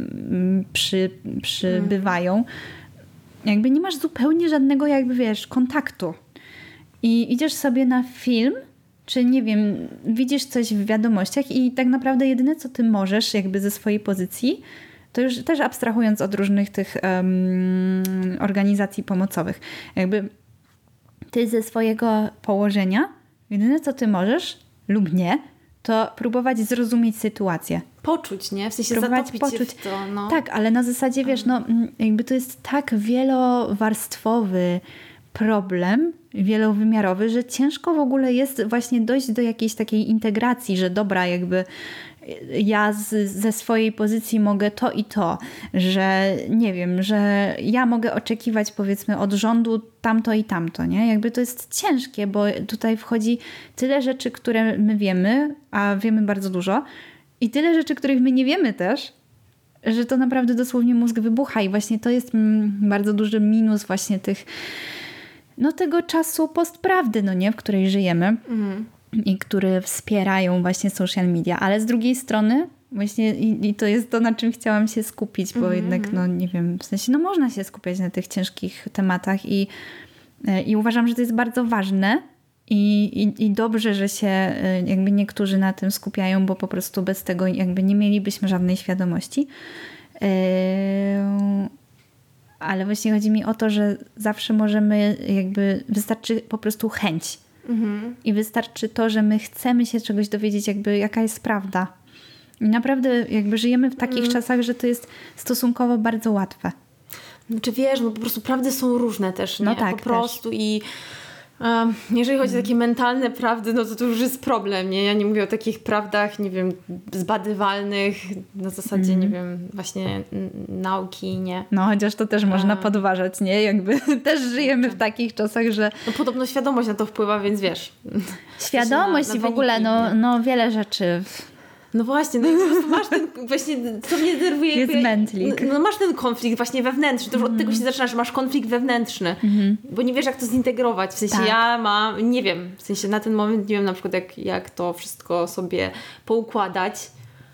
przybywają. Jakby nie masz zupełnie żadnego jakby, wiesz, kontaktu. I idziesz sobie na film, czy nie wiem, widzisz coś w wiadomościach i tak naprawdę jedyne, co ty możesz jakby ze swojej pozycji, to już też abstrahując od różnych tych organizacji pomocowych, jakby ty ze swojego położenia, jedyne co ty możesz lub nie, to próbować zrozumieć sytuację. Poczuć, nie? W sensie zatopić się w to. No. Tak, ale na zasadzie, wiesz, no jakby to jest tak wielowarstwowy problem, wielowymiarowy, że ciężko w ogóle jest właśnie dojść do jakiejś takiej integracji, że dobra, jakby ja ze swojej pozycji mogę to i to, że nie wiem, że ja mogę oczekiwać powiedzmy od rządu tamto i tamto, nie? Jakby to jest ciężkie, bo tutaj wchodzi tyle rzeczy, które my wiemy, a wiemy bardzo dużo i tyle rzeczy, których my nie wiemy też, że to naprawdę dosłownie mózg wybucha i właśnie to jest bardzo duży minus właśnie tego czasu postprawdy, no nie? W której żyjemy. I które wspierają właśnie social media, ale z drugiej strony właśnie i to jest to, na czym chciałam się skupić, bo jednak, no nie wiem, w sensie, no można się skupiać na tych ciężkich tematach i uważam, że to jest bardzo ważne i dobrze, że się jakby niektórzy na tym skupiają, bo po prostu bez tego jakby nie mielibyśmy żadnej świadomości. Ale właśnie chodzi mi o to, że zawsze możemy jakby, wystarczy po prostu chęć. I wystarczy to, że my chcemy się czegoś dowiedzieć, jakby jaka jest prawda. I naprawdę jakby żyjemy w takich czasach, że to jest stosunkowo bardzo łatwe. Znaczy wiesz, no po prostu prawdy są różne też, nie? No tak, po prostu też. I jeżeli chodzi o takie mentalne prawdy, no to już jest problem, nie? Ja nie mówię o takich prawdach, nie wiem, zbadywalnych, na zasadzie, nie wiem, właśnie nauki, nie? No chociaż to też można podważać, nie? Jakby też żyjemy w takich czasach, że... No podobno świadomość na to wpływa, więc wiesz. Świadomość na i w ogóle, no wiele rzeczy... No właśnie, no i po prostu masz ten, właśnie, co mnie denerwuje... Jest mętlik. No masz ten konflikt właśnie wewnętrzny, to już od tego się zaczyna, że masz konflikt wewnętrzny, bo nie wiesz, jak to zintegrować, w sensie tak. Ja mam, nie wiem, w sensie na ten moment nie wiem na przykład, jak to wszystko sobie poukładać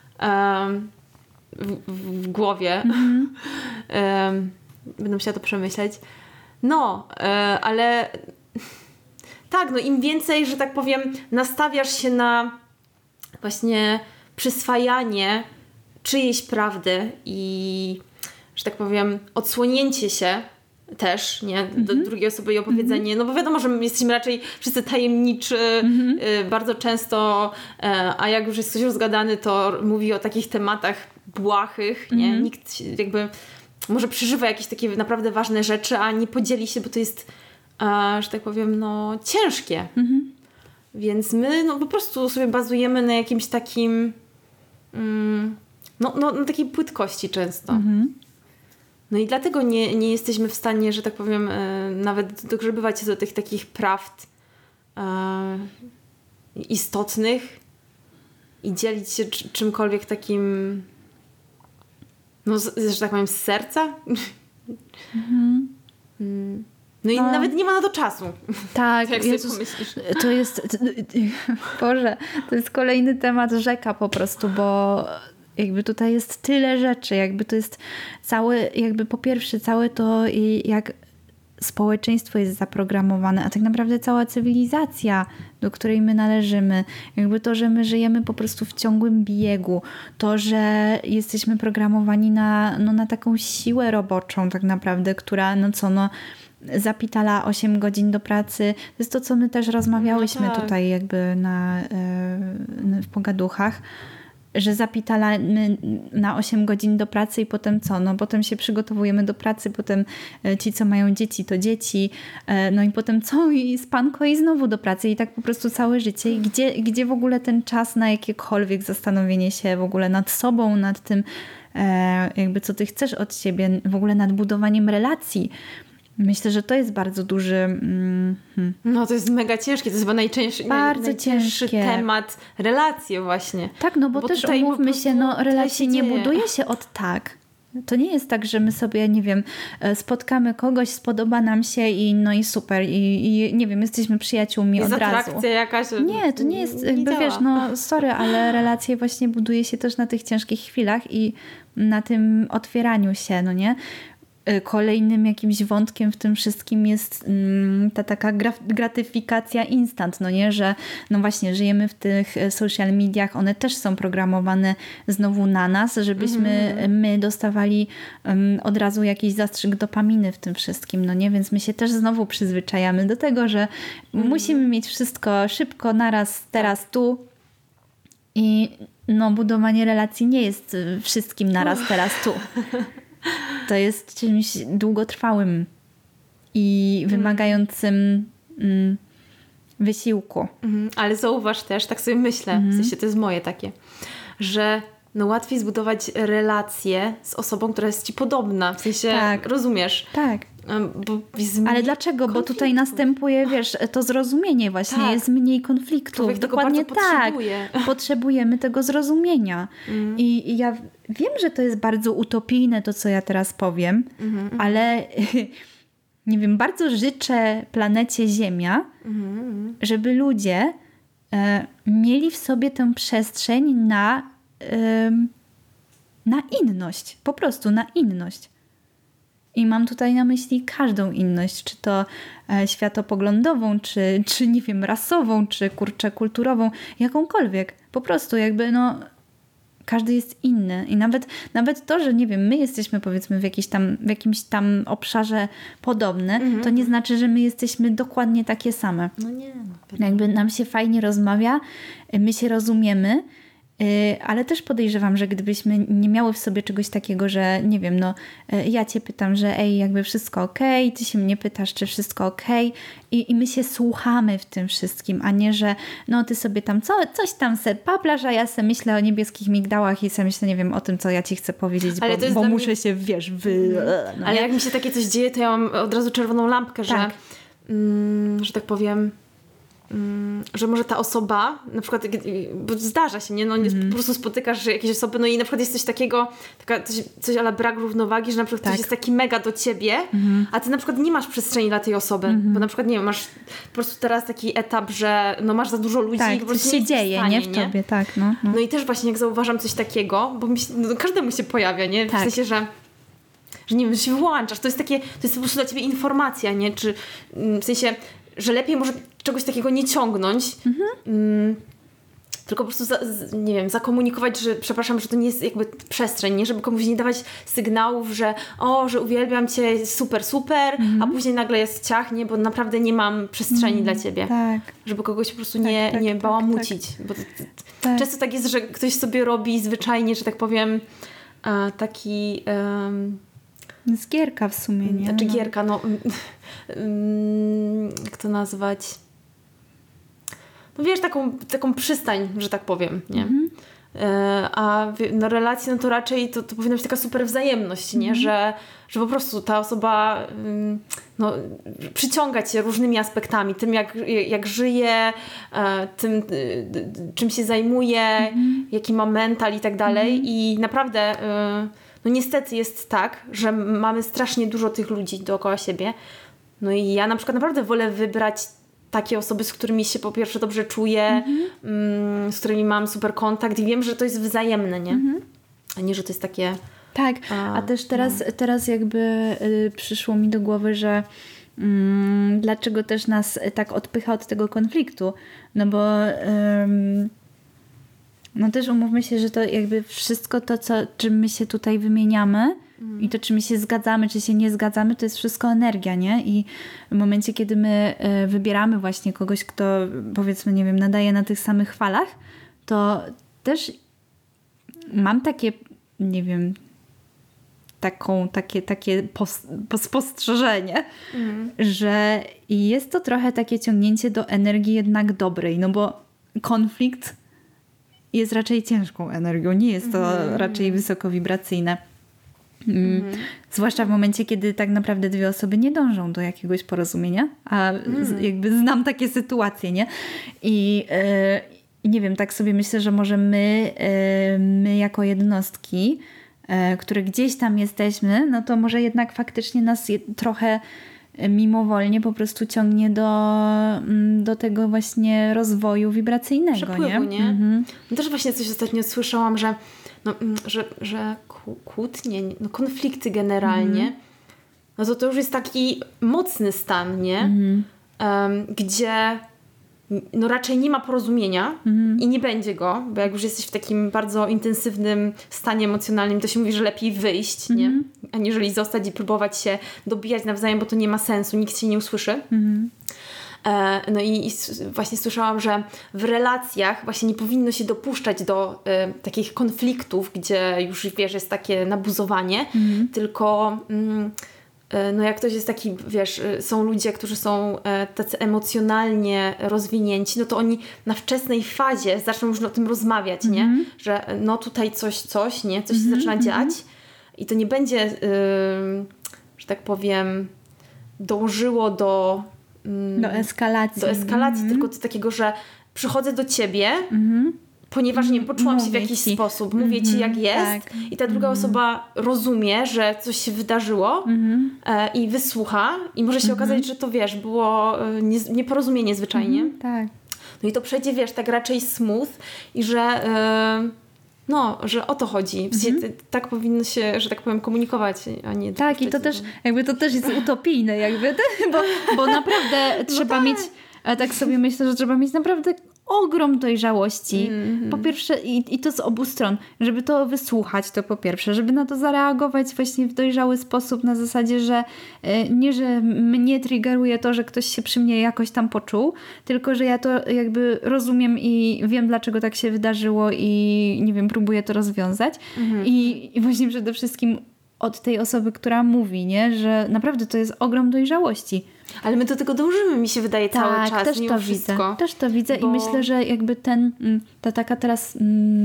w głowie. Będę musiała to przemyśleć. No, ale tak, no im więcej, że tak powiem, nastawiasz się na właśnie przyswajanie czyjejś prawdy i, że tak powiem, odsłonięcie się też, nie, do drugiej osoby i opowiedzenie, no bo wiadomo, że my jesteśmy raczej wszyscy tajemniczy, bardzo często, a jak już jest ktoś rozgadany, to mówi o takich tematach błahych, nie, nikt jakby może przeżywa jakieś takie naprawdę ważne rzeczy, a nie podzieli się, bo to jest, że tak powiem, no ciężkie. Więc my no po prostu sobie bazujemy na jakimś takim na takiej płytkości często. No i dlatego nie jesteśmy w stanie, że tak powiem, nawet dogrzebywać się do tych takich prawd istotnych i dzielić się czymkolwiek takim, no że tak powiem, z serca. No i nawet nie ma na to czasu. Tak, jak sobie pomyślisz. To jest... Boże, to jest kolejny temat rzeka po prostu, bo jakby tutaj jest tyle rzeczy, jakby to jest po pierwsze całe to, jak społeczeństwo jest zaprogramowane, a tak naprawdę cała cywilizacja, do której my należymy, jakby to, że my żyjemy po prostu w ciągłym biegu, to, że jesteśmy programowani na taką siłę roboczą tak naprawdę, która zapitala 8 godzin do pracy. To jest to, co my też rozmawiałyśmy tutaj jakby w pogaduchach, że zapitalamy na 8 godzin do pracy i potem co? No potem się przygotowujemy do pracy, potem ci, co mają dzieci, to dzieci, no i potem co? I spanko i znowu do pracy i tak po prostu całe życie. I gdzie w ogóle ten czas na jakiekolwiek zastanowienie się w ogóle nad sobą, nad tym jakby co ty chcesz od siebie, w ogóle nad budowaniem relacji. Myślę, że to jest bardzo duży... No to jest mega ciężkie, to jest chyba najcięższy temat, relacje właśnie. Tak, no bo też umówmy się, no relacje nie buduje się od tak. To nie jest tak, że my sobie, nie wiem, spotkamy kogoś, spodoba nam się i no i super i nie wiem, jesteśmy przyjaciółmi od razu. Atrakcja jakaś. Nie, to nie jest jakby, wiesz, no sorry, ale relacje właśnie buduje się też na tych ciężkich chwilach i na tym otwieraniu się, no nie? Kolejnym jakimś wątkiem w tym wszystkim jest ta taka gratyfikacja instant, no nie, że no właśnie żyjemy w tych social mediach, one też są programowane znowu na nas, żebyśmy my dostawali od razu jakiś zastrzyk dopaminy w tym wszystkim, no nie, więc my się też znowu przyzwyczajamy do tego, że musimy mieć wszystko szybko, naraz, teraz, tu i no budowanie relacji nie jest wszystkim naraz, teraz, tu. To jest czymś długotrwałym i wymagającym wysiłku. Ale zauważ też, tak sobie myślę, w sensie to jest moje takie, że no łatwiej zbudować relację z osobą, która jest ci podobna. W sensie, rozumiesz? Tak. Bo ale dlaczego? Bo tutaj następuje, wiesz, to zrozumienie właśnie, jest mniej konfliktów. Człowiek dokładnie tego bardzo potrzebuje. Potrzebujemy tego zrozumienia. I ja wiem, że to jest bardzo utopijne to, co ja teraz powiem, ale nie wiem, bardzo życzę planecie Ziemia, żeby ludzie mieli w sobie tę przestrzeń na inność. Po prostu na inność. I mam tutaj na myśli każdą inność, czy to światopoglądową, czy nie wiem, rasową, czy kulturową, jakąkolwiek. Po prostu jakby no każdy jest inny. I nawet to, że nie wiem, my jesteśmy powiedzmy w jakimś tam obszarze podobne, to nie znaczy, że my jesteśmy dokładnie takie same. No nie. Jakby nam się fajnie rozmawia, my się rozumiemy, ale też podejrzewam, że gdybyśmy nie miały w sobie czegoś takiego, że nie wiem, no ja cię pytam, że jakby wszystko okej, ty się mnie pytasz, czy wszystko okej i my się słuchamy w tym wszystkim, a nie, że no ty sobie tam coś tam se paplasz, a ja se myślę o niebieskich migdałach i se myślę, nie wiem, o tym, co ja ci chcę powiedzieć, bo muszę się, wiesz, no ale jak mi się takie coś dzieje, to ja mam od razu czerwoną lampkę, że tak powiem, że może ta osoba, na przykład, bo zdarza się, nie? No, po prostu spotykasz jakieś osoby, no i na przykład jest coś takiego, coś ala brak równowagi, że na przykład ktoś jest taki mega do ciebie, a ty na przykład nie masz przestrzeni dla tej osoby, bo na przykład, nie wiem, masz po prostu teraz taki etap, że no masz za dużo ludzi i po prostu się dzieje, nie? W tobie, tak, no. No i też właśnie jak zauważam coś takiego, bo każdemu się pojawia, nie? W sensie, że nie wiem, się włączasz, to jest po prostu dla ciebie informacja, nie? Czy w sensie, że lepiej może czegoś takiego nie ciągnąć, tylko po prostu nie wiem, zakomunikować, że przepraszam, że to nie jest jakby przestrzeń, nie? Żeby komuś nie dawać sygnałów, że że uwielbiam cię, super, a później nagle jest ciach, nie? Bo naprawdę nie mam przestrzeni dla ciebie. Tak. Żeby kogoś po prostu nie bałamucić. Bo często tak jest, że ktoś sobie robi zwyczajnie, że tak powiem, taki... z gierka w sumie, nie? Znaczy gierka, jak to nazwać? No wiesz, taką przystań, że tak powiem, nie? A relacje, no to raczej to powinna być taka super wzajemność, nie? Że po prostu ta osoba przyciąga cię różnymi aspektami, tym jak żyje, tym czym się zajmuje, jaki ma mental i tak dalej i naprawdę no niestety jest tak, że mamy strasznie dużo tych ludzi dookoła siebie. No i ja na przykład naprawdę wolę wybrać takie osoby, z którymi się po pierwsze dobrze czuję, z którymi mam super kontakt i wiem, że to jest wzajemne, nie? A nie, że to jest takie... Tak, a też teraz jakby przyszło mi do głowy, że dlaczego też nas tak odpycha od tego konfliktu? No bo no też umówmy się, że to jakby wszystko to, czym my się tutaj wymieniamy, I to, czy my się zgadzamy, czy się nie zgadzamy, to jest wszystko energia, nie? I w momencie, kiedy my wybieramy właśnie kogoś, kto, powiedzmy, nie wiem, nadaje na tych samych falach, to też mam takie, nie wiem, takie spostrzeżenie, że jest to trochę takie ciągnięcie do energii jednak dobrej, no bo konflikt jest raczej ciężką energią, nie jest to raczej wysokowibracyjne. Zwłaszcza w momencie, kiedy tak naprawdę dwie osoby nie dążą do jakiegoś porozumienia, a jakby znam takie sytuacje, nie? I nie wiem, tak sobie myślę, że może my jako jednostki, które gdzieś tam jesteśmy, no to może jednak faktycznie nas trochę mimowolnie po prostu ciągnie do tego właśnie rozwoju wibracyjnego. Przepływu, nie? No też właśnie coś ostatnio słyszałam, że kłótnie, no konflikty generalnie, no to już jest taki mocny stan, nie? Gdzie no raczej nie ma porozumienia i nie będzie go, bo jak już jesteś w takim bardzo intensywnym stanie emocjonalnym, to się mówi, że lepiej wyjść, nie? Aniżeli zostać i próbować się dobijać nawzajem, bo to nie ma sensu, nikt się nie usłyszy. No i właśnie słyszałam, że w relacjach właśnie nie powinno się dopuszczać do takich konfliktów, gdzie już wiesz, jest takie nabuzowanie, tylko no jak ktoś jest taki, wiesz, są ludzie, którzy są tacy emocjonalnie rozwinięci, no to oni na wczesnej fazie zaczną już o tym rozmawiać, nie? Że no tutaj coś, nie? Coś się zaczyna dziać i to nie będzie, że tak powiem, dążyło do eskalacji, tylko do takiego, że przychodzę do ciebie, ponieważ nie poczułam się w jakiś sposób. Mówię ci jak jest i ta druga osoba rozumie, że coś się wydarzyło i wysłucha i może się okazać, że to wiesz, było nieporozumienie zwyczajnie. Tak. No i to przejdzie, wiesz, tak raczej smooth i że że o to chodzi. Tak powinno się, że tak powiem, komunikować, a nie... Tak, i to też, jakby to też jest utopijne, jakby, bo naprawdę trzeba mieć, tak sobie myślę, że trzeba mieć naprawdę ogrom dojrzałości. Po pierwsze, i to z obu stron, żeby to wysłuchać, to po pierwsze, żeby na to zareagować właśnie w dojrzały sposób, na zasadzie, że nie, że mnie triggeruje to, że ktoś się przy mnie jakoś tam poczuł, tylko, że ja to jakby rozumiem i wiem, dlaczego tak się wydarzyło i nie wiem, próbuję to rozwiązać. I właśnie przede wszystkim od tej osoby, która mówi, nie? Że naprawdę to jest ogrom dojrzałości. Ale my do tego dążymy, mi się wydaje, cały czas, też mimo wszystko. Też to widzę i myślę, że jakby ta taka teraz,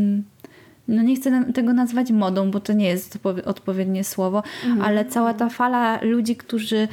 no nie chcę tego nazwać modą, bo to nie jest odpowiednie słowo, ale cała ta fala ludzi, którzy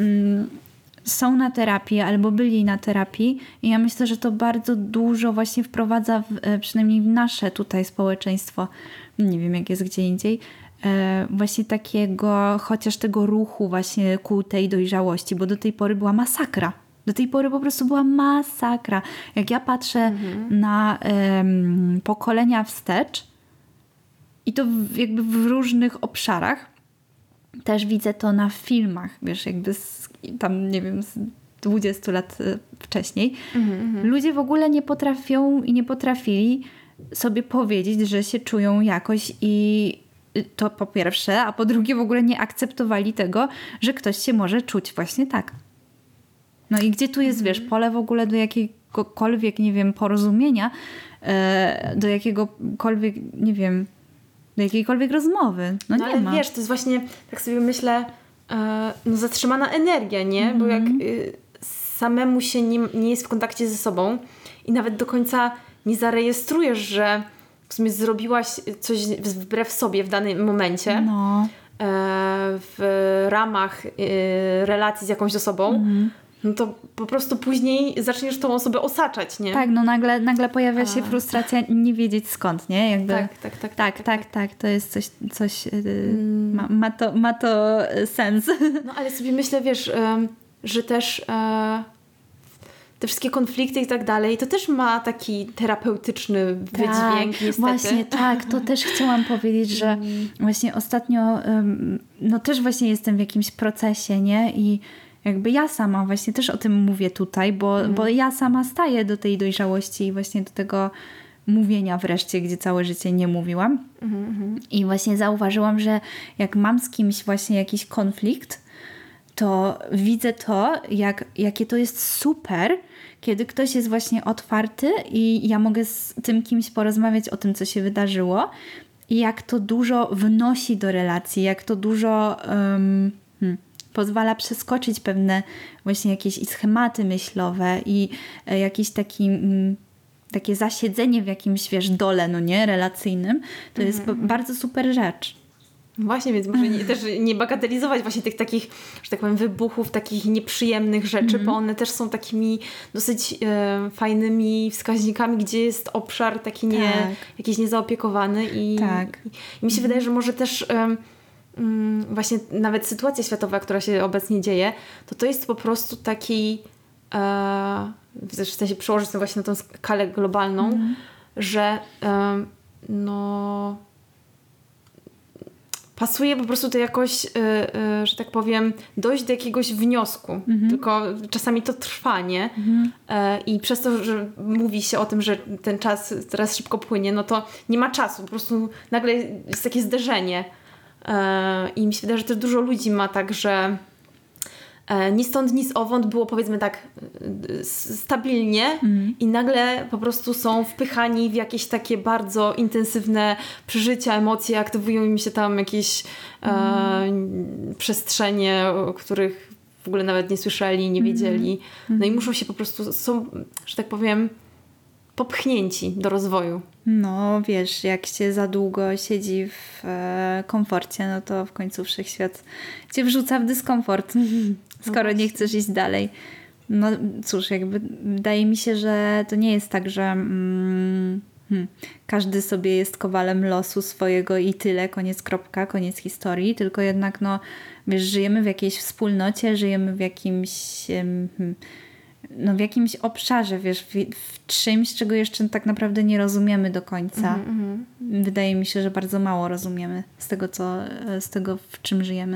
są na terapii albo byli na terapii i ja myślę, że to bardzo dużo właśnie wprowadza przynajmniej w nasze tutaj społeczeństwo, nie wiem jak jest gdzie indziej, właśnie takiego, chociaż tego ruchu właśnie ku tej dojrzałości, bo do tej pory była masakra. Do tej pory po prostu była masakra. Jak ja patrzę na pokolenia wstecz i to jakby w różnych obszarach, też widzę to na filmach, wiesz, jakby tam, nie wiem, z 20 lat wcześniej. Ludzie w ogóle nie potrafią i nie potrafili sobie powiedzieć, że się czują jakoś i to po pierwsze, a po drugie w ogóle nie akceptowali tego, że ktoś się może czuć właśnie tak. No i gdzie tu jest, wiesz, pole w ogóle do jakiegokolwiek, nie wiem, porozumienia, do jakiegokolwiek, nie wiem, do jakiejkolwiek rozmowy. No nie ale ma. Wiesz, to jest właśnie, tak sobie myślę, zatrzymana energia, nie? Bo jak samemu się nie jest w kontakcie ze sobą i nawet do końca nie zarejestrujesz, że w sumie zrobiłaś coś wbrew sobie w danym momencie, w ramach relacji z jakąś osobą, no to po prostu później zaczniesz tą osobę osaczać, nie? Tak, no nagle pojawia się frustracja, nie wiedzieć skąd, nie? Jakby, tak. To jest coś ma to sens. No ale sobie myślę, wiesz, że też te wszystkie konflikty i tak dalej, to też ma taki terapeutyczny wydźwięk, niestety. Właśnie, tak, to też chciałam powiedzieć, że właśnie ostatnio no też właśnie jestem w jakimś procesie, nie? I jakby ja sama właśnie też o tym mówię tutaj, bo ja sama staję do tej dojrzałości i właśnie do tego mówienia wreszcie, gdzie całe życie nie mówiłam. I właśnie zauważyłam, że jak mam z kimś właśnie jakiś konflikt, to widzę to, jakie to jest super, kiedy ktoś jest właśnie otwarty i ja mogę z tym kimś porozmawiać o tym, co się wydarzyło i jak to dużo wnosi do relacji, jak to dużo pozwala przeskoczyć pewne właśnie jakieś i schematy myślowe i jakieś takie zasiedzenie w jakimś, wiesz, dole, no nie, relacyjnym. To jest bardzo super rzecz. Właśnie, więc może też nie bagatelizować właśnie tych takich, że tak powiem, wybuchów, takich nieprzyjemnych rzeczy, bo one też są takimi dosyć fajnymi wskaźnikami, gdzie jest obszar taki jakiś niezaopiekowany i mi się wydaje, że może też właśnie nawet sytuacja światowa, która się obecnie dzieje, to jest po prostu taki w sensie przełożyć to właśnie na tą skalę globalną, że pasuje po prostu to jakoś, że tak powiem, dojść do jakiegoś wniosku. Tylko czasami to trwa, nie? I przez to, że mówi się o tym, że ten czas teraz szybko płynie, no to nie ma czasu. Po prostu nagle jest takie zderzenie. I mi się wydaje, że też dużo ludzi ma tak, że ni stąd, ni zowąd było, powiedzmy tak, stabilnie i nagle po prostu są wpychani w jakieś takie bardzo intensywne przeżycia, emocje, aktywują im się tam jakieś przestrzenie, o których w ogóle nawet nie słyszeli, nie wiedzieli. No i muszą się po prostu, są, że tak powiem, popchnięci do rozwoju. No wiesz, jak się za długo siedzi w komforcie, no to w końcu wszechświat cię wrzuca w dyskomfort, skoro nie chcesz iść dalej. No cóż, jakby wydaje mi się, że to nie jest tak, że każdy sobie jest kowalem losu swojego i tyle, koniec kropka, koniec historii, tylko jednak no wiesz, żyjemy w jakiejś wspólnocie, żyjemy w jakimś obszarze, wiesz, w czymś, czego jeszcze tak naprawdę nie rozumiemy do końca. Wydaje mi się, że bardzo mało rozumiemy z tego, w czym żyjemy.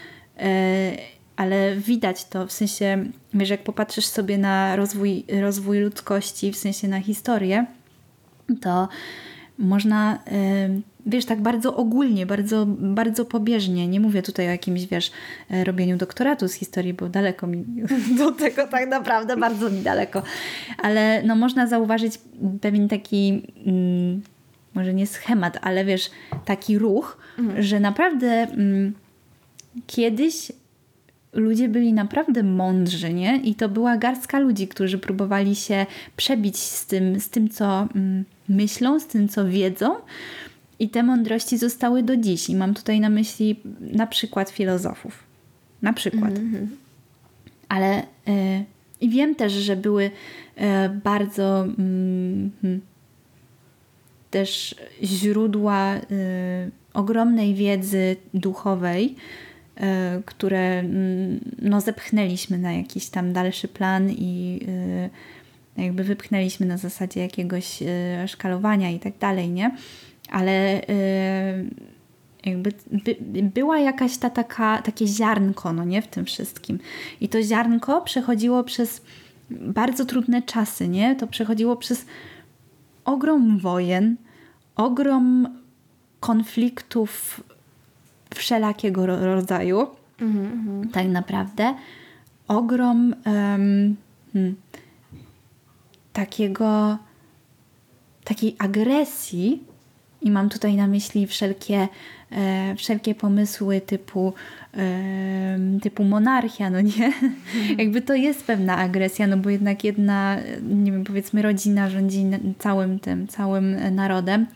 Ale widać to, w sensie, wiesz, jak popatrzysz sobie na rozwój ludzkości, w sensie na historię, to można, wiesz, tak bardzo ogólnie, bardzo, bardzo pobieżnie, nie mówię tutaj o jakimś, wiesz, robieniu doktoratu z historii, bo daleko mi do tego tak naprawdę, bardzo mi daleko, ale no można zauważyć pewien taki, może nie schemat, ale wiesz, taki ruch, że naprawdę kiedyś ludzie byli naprawdę mądrzy, nie? I to była garstka ludzi, którzy próbowali się przebić z tym co myślą, z tym, co wiedzą. I te mądrości zostały do dziś. I mam tutaj na myśli na przykład filozofów. Na przykład. Ale i wiem też, że były bardzo też źródła ogromnej wiedzy duchowej, które no, zepchnęliśmy na jakiś tam dalszy plan i jakby wypchnęliśmy na zasadzie jakiegoś szkalowania i tak dalej, nie? Ale jakby była jakaś takie ziarnko, no nie? W tym wszystkim. I to ziarnko przechodziło przez bardzo trudne czasy, nie? To przechodziło przez ogrom wojen, ogrom konfliktów wszelakiego rodzaju, tak naprawdę. Ogrom takiej agresji i mam tutaj na myśli wszelkie pomysły typu monarchia, no nie? Jakby to jest pewna agresja, no bo jednak jedna, nie wiem, powiedzmy rodzina rządzi całym narodem.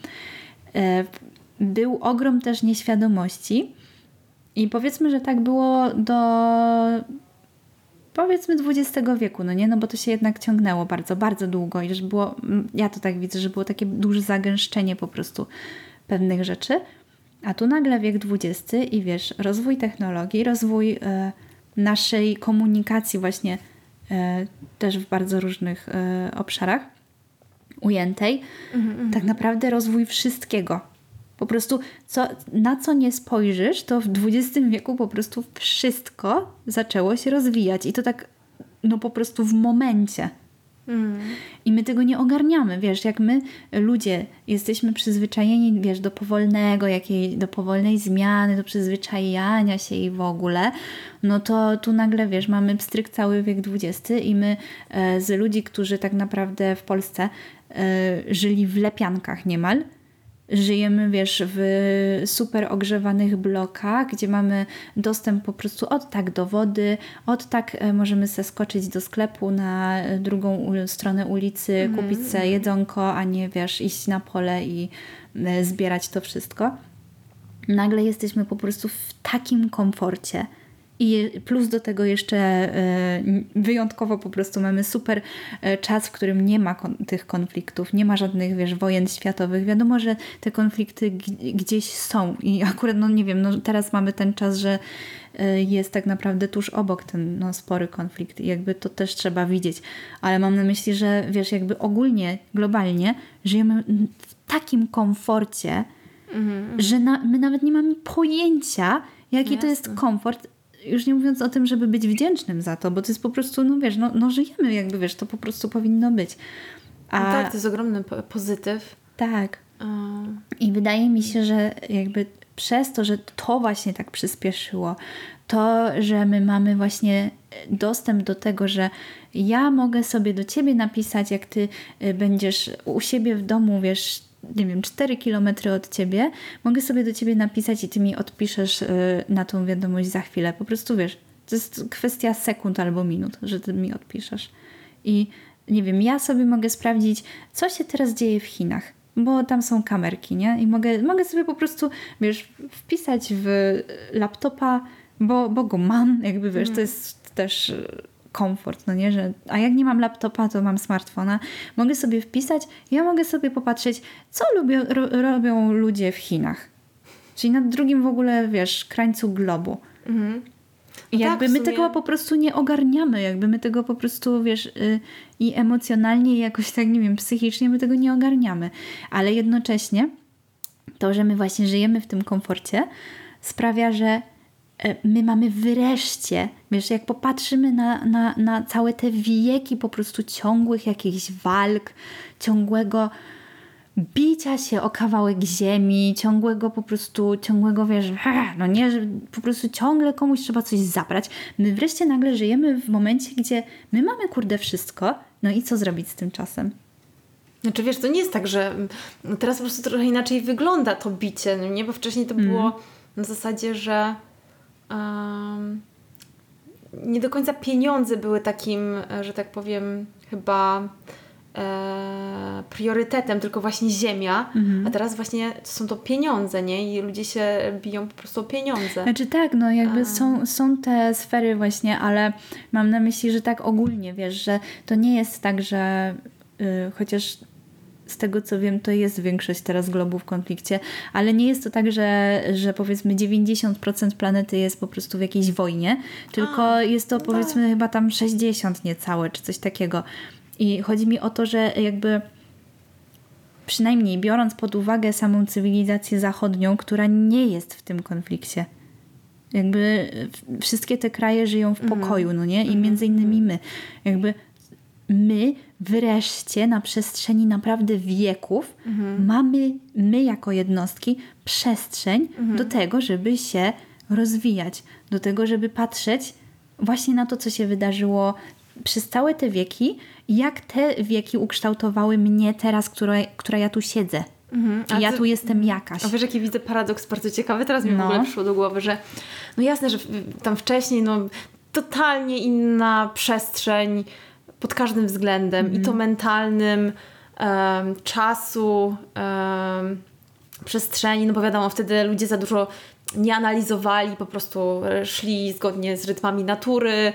Był ogrom też nieświadomości i powiedzmy, że tak było do powiedzmy XX wieku, no nie? No bo to się jednak ciągnęło bardzo, bardzo długo i że było, ja to tak widzę, że było takie duże zagęszczenie po prostu pewnych rzeczy, a tu nagle wiek XX i wiesz, rozwój technologii, rozwój naszej komunikacji właśnie też w bardzo różnych obszarach ujętej, tak naprawdę rozwój wszystkiego. Po prostu na co nie spojrzysz, to w XX wieku po prostu wszystko zaczęło się rozwijać. I to tak no po prostu w momencie. I my tego nie ogarniamy, wiesz, jak my ludzie jesteśmy przyzwyczajeni, wiesz, do powolnej zmiany, do przyzwyczajania się i w ogóle, no to tu nagle, wiesz, mamy pstryk cały wiek XX i my z ludzi, którzy tak naprawdę w Polsce żyli w lepiankach niemal, żyjemy, wiesz, w super ogrzewanych blokach, gdzie mamy dostęp po prostu od tak do wody, od tak możemy sobie skoczyć do sklepu na drugą stronę ulicy, kupić sobie jedzonko, a nie, wiesz, iść na pole i zbierać to wszystko. Nagle jesteśmy po prostu w takim komforcie. I plus do tego jeszcze wyjątkowo po prostu mamy super czas, w którym nie ma tych konfliktów, nie ma żadnych, wiesz, wojen światowych. Wiadomo, że te konflikty gdzieś są i akurat, no nie wiem, no teraz mamy ten czas, że jest tak naprawdę tuż obok ten spory konflikt i jakby to też trzeba widzieć. Ale mam na myśli, że wiesz, jakby ogólnie, globalnie żyjemy w takim komforcie, że my nawet nie mamy pojęcia, jaki to jest komfort. Już nie mówiąc o tym, żeby być wdzięcznym za to, bo to jest po prostu, no wiesz, no żyjemy jakby, wiesz, to po prostu powinno być. No tak, to jest ogromny pozytyw. Tak. I wydaje mi się, że jakby przez to, że to właśnie tak przyspieszyło, to, że my mamy właśnie dostęp do tego, że ja mogę sobie do ciebie napisać, jak ty będziesz u siebie w domu, wiesz, nie wiem, 4 kilometry od ciebie, mogę sobie do ciebie napisać i ty mi odpiszesz na tą wiadomość za chwilę. Po prostu, wiesz, to jest kwestia sekund albo minut, że ty mi odpiszesz. I nie wiem, ja sobie mogę sprawdzić, co się teraz dzieje w Chinach, bo tam są kamerki, nie? I mogę sobie po prostu, wiesz, wpisać w laptopa, bo go mam, jakby, wiesz, to jest też komfort, no nie, że a jak nie mam laptopa, to mam smartfona. Mogę sobie wpisać, ja mogę sobie popatrzeć, co robią ludzie w Chinach. Czyli na drugim w ogóle, wiesz, krańcu globu. I jakby tak, my tego po prostu nie ogarniamy, jakby my tego po prostu, wiesz, i emocjonalnie, i jakoś tak, nie wiem, psychicznie my tego nie ogarniamy. Ale jednocześnie to, że my właśnie żyjemy w tym komforcie, sprawia, że my mamy wreszcie, wiesz, jak popatrzymy na całe te wieki po prostu ciągłych jakichś walk, ciągłego bicia się o kawałek ziemi, ciągłego, wiesz, no nie, że po prostu ciągle komuś trzeba coś zabrać. My wreszcie nagle żyjemy w momencie, gdzie my mamy kurde wszystko, no i co zrobić z tym czasem? Znaczy, wiesz, to nie jest tak, że teraz po prostu trochę inaczej wygląda to bicie, no nie? Bo wcześniej to było na zasadzie, że nie do końca pieniądze były takim, że tak powiem, chyba priorytetem, tylko właśnie ziemia, a teraz właśnie są to pieniądze, nie? I ludzie się biją po prostu o pieniądze. Znaczy tak, no jakby są te sfery właśnie, ale mam na myśli, że tak ogólnie, wiesz, że to nie jest tak, że chociaż z tego co wiem, to jest większość teraz globu w konflikcie, ale nie jest to tak, że powiedzmy 90% planety jest po prostu w jakiejś wojnie, tylko jest to powiedzmy chyba tam 60 niecałe, czy coś takiego. I chodzi mi o to, że jakby przynajmniej biorąc pod uwagę samą cywilizację zachodnią, która nie jest w tym konflikcie. Jakby wszystkie te kraje żyją w pokoju, no nie? I między innymi my. Jakby my wreszcie na przestrzeni naprawdę wieków mamy, my jako jednostki, przestrzeń do tego, żeby się rozwijać. Do tego, żeby patrzeć właśnie na to, co się wydarzyło przez całe te wieki i jak te wieki ukształtowały mnie teraz, która ja tu siedzę. I ja tu jestem jakaś. A wiesz, jaki widzę paradoks bardzo ciekawy? Teraz mi w ogóle przyszło do głowy, że no jasne, że tam wcześniej totalnie inna przestrzeń pod każdym względem i to mentalnym, czasu, przestrzeni, no bo wiadomo, wtedy ludzie za dużo nie analizowali, po prostu szli zgodnie z rytmami natury,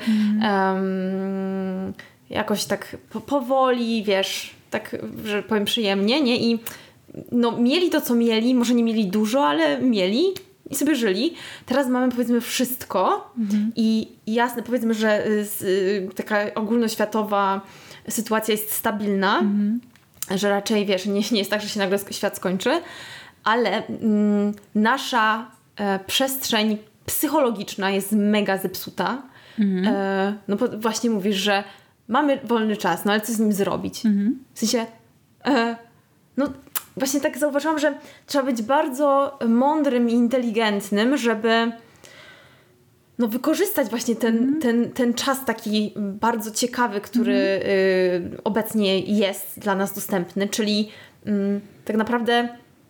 jakoś tak powoli, wiesz, tak, że powiem przyjemnie, nie? I no mieli to, co mieli, może nie mieli dużo, ale mieli i sobie żyli. Teraz mamy, powiedzmy, wszystko i jasne, powiedzmy, że taka ogólnoświatowa sytuacja jest stabilna, że raczej, wiesz, nie jest tak, że się nagle świat skończy, ale nasza przestrzeń psychologiczna jest mega zepsuta. No bo właśnie mówisz, że mamy wolny czas, no ale co z nim zrobić? W sensie, no właśnie tak zauważyłam, że trzeba być bardzo mądrym i inteligentnym, żeby no wykorzystać właśnie ten czas taki bardzo ciekawy, który obecnie jest dla nas dostępny, czyli tak naprawdę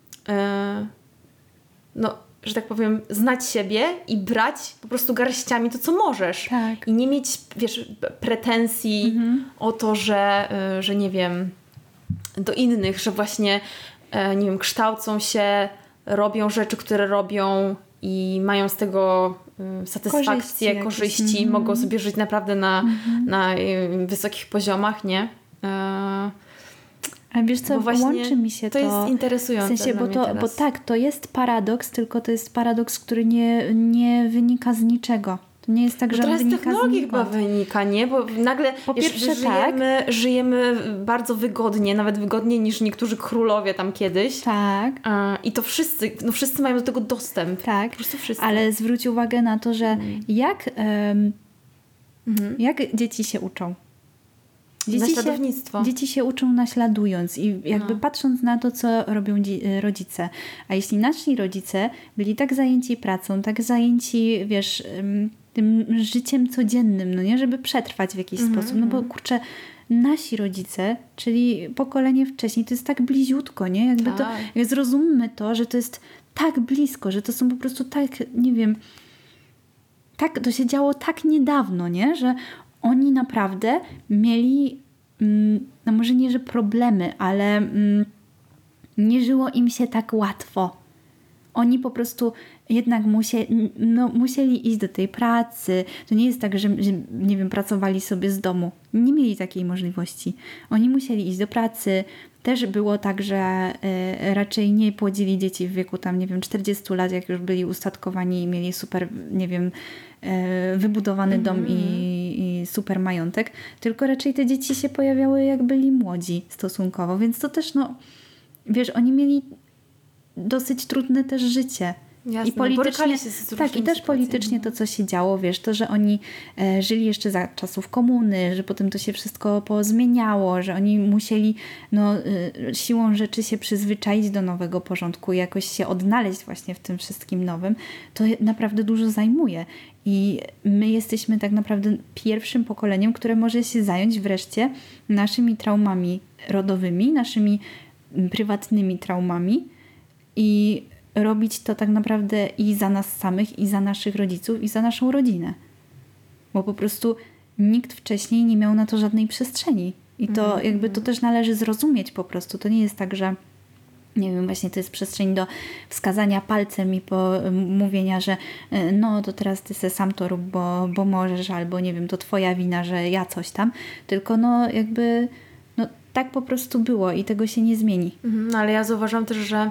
no, że tak powiem, znać siebie i brać po prostu garściami to, co możesz. Tak. I nie mieć, wiesz, pretensji o to, że nie wiem, do innych, że właśnie nie wiem, kształcą się, robią rzeczy, które robią i mają z tego satysfakcję, korzyści, mogą sobie żyć naprawdę na wysokich poziomach, nie? Ale wiesz co, łączy mi się to. To jest interesujące. W sensie, bo tak, to jest paradoks, tylko to jest paradoks, który nie wynika z niczego. To nie jest tak, że on wynika z technologii chyba wynika, nie? Bo nagle po pierwsze, żyjemy bardzo wygodnie, nawet wygodniej niż niektórzy królowie tam kiedyś. Tak. I to wszyscy mają do tego dostęp. Tak, po prostu wszyscy. Ale zwróć uwagę na to, że jak dzieci się uczą? Dzieci się uczą naśladując i jakby patrząc na to, co robią rodzice. A jeśli nasi rodzice byli tak zajęci pracą, tak zajęci, wiesz, tym życiem codziennym, no nie, żeby przetrwać w jakiś sposób. No bo kurczę, nasi rodzice, czyli pokolenie wcześniej, to jest tak bliziutko, nie? Jakby to, jak zrozummy to, że to jest tak blisko, że to są po prostu tak, nie wiem, tak, to się działo tak niedawno, nie? Że oni naprawdę mieli, no może nie, że problemy, ale nie żyło im się tak łatwo. Oni po prostu jednak musieli iść do tej pracy. To nie jest tak, że nie wiem, pracowali sobie z domu. Nie mieli takiej możliwości. Oni musieli iść do pracy. Też było tak, że raczej nie płodzili dzieci w wieku tam, nie wiem, 40 lat, jak już byli ustatkowani i mieli super, nie wiem, wybudowany dom i super majątek. Tylko raczej te dzieci się pojawiały, jak byli młodzi stosunkowo. Więc to też, no, wiesz, oni mieli dosyć trudne też życie. Jasne, i politycznie, tak, i też politycznie to, co się działo, wiesz, to, że oni żyli jeszcze za czasów komuny, że potem to się wszystko pozmieniało, że oni musieli siłą rzeczy się przyzwyczaić do nowego porządku i jakoś się odnaleźć właśnie w tym wszystkim nowym, to naprawdę dużo zajmuje. I my jesteśmy tak naprawdę pierwszym pokoleniem, które może się zająć wreszcie naszymi traumami rodowymi, naszymi prywatnymi traumami i robić to tak naprawdę i za nas samych, i za naszych rodziców, i za naszą rodzinę. Bo po prostu nikt wcześniej nie miał na to żadnej przestrzeni. I to jakby to też należy zrozumieć po prostu. To nie jest tak, że nie wiem, właśnie to jest przestrzeń do wskazania palcem i mówienia, że no to teraz ty se sam to rób, bo możesz, albo nie wiem, to twoja wina, że ja coś tam. Tylko no jakby no tak po prostu było i tego się nie zmieni. No ale ja zauważam też, że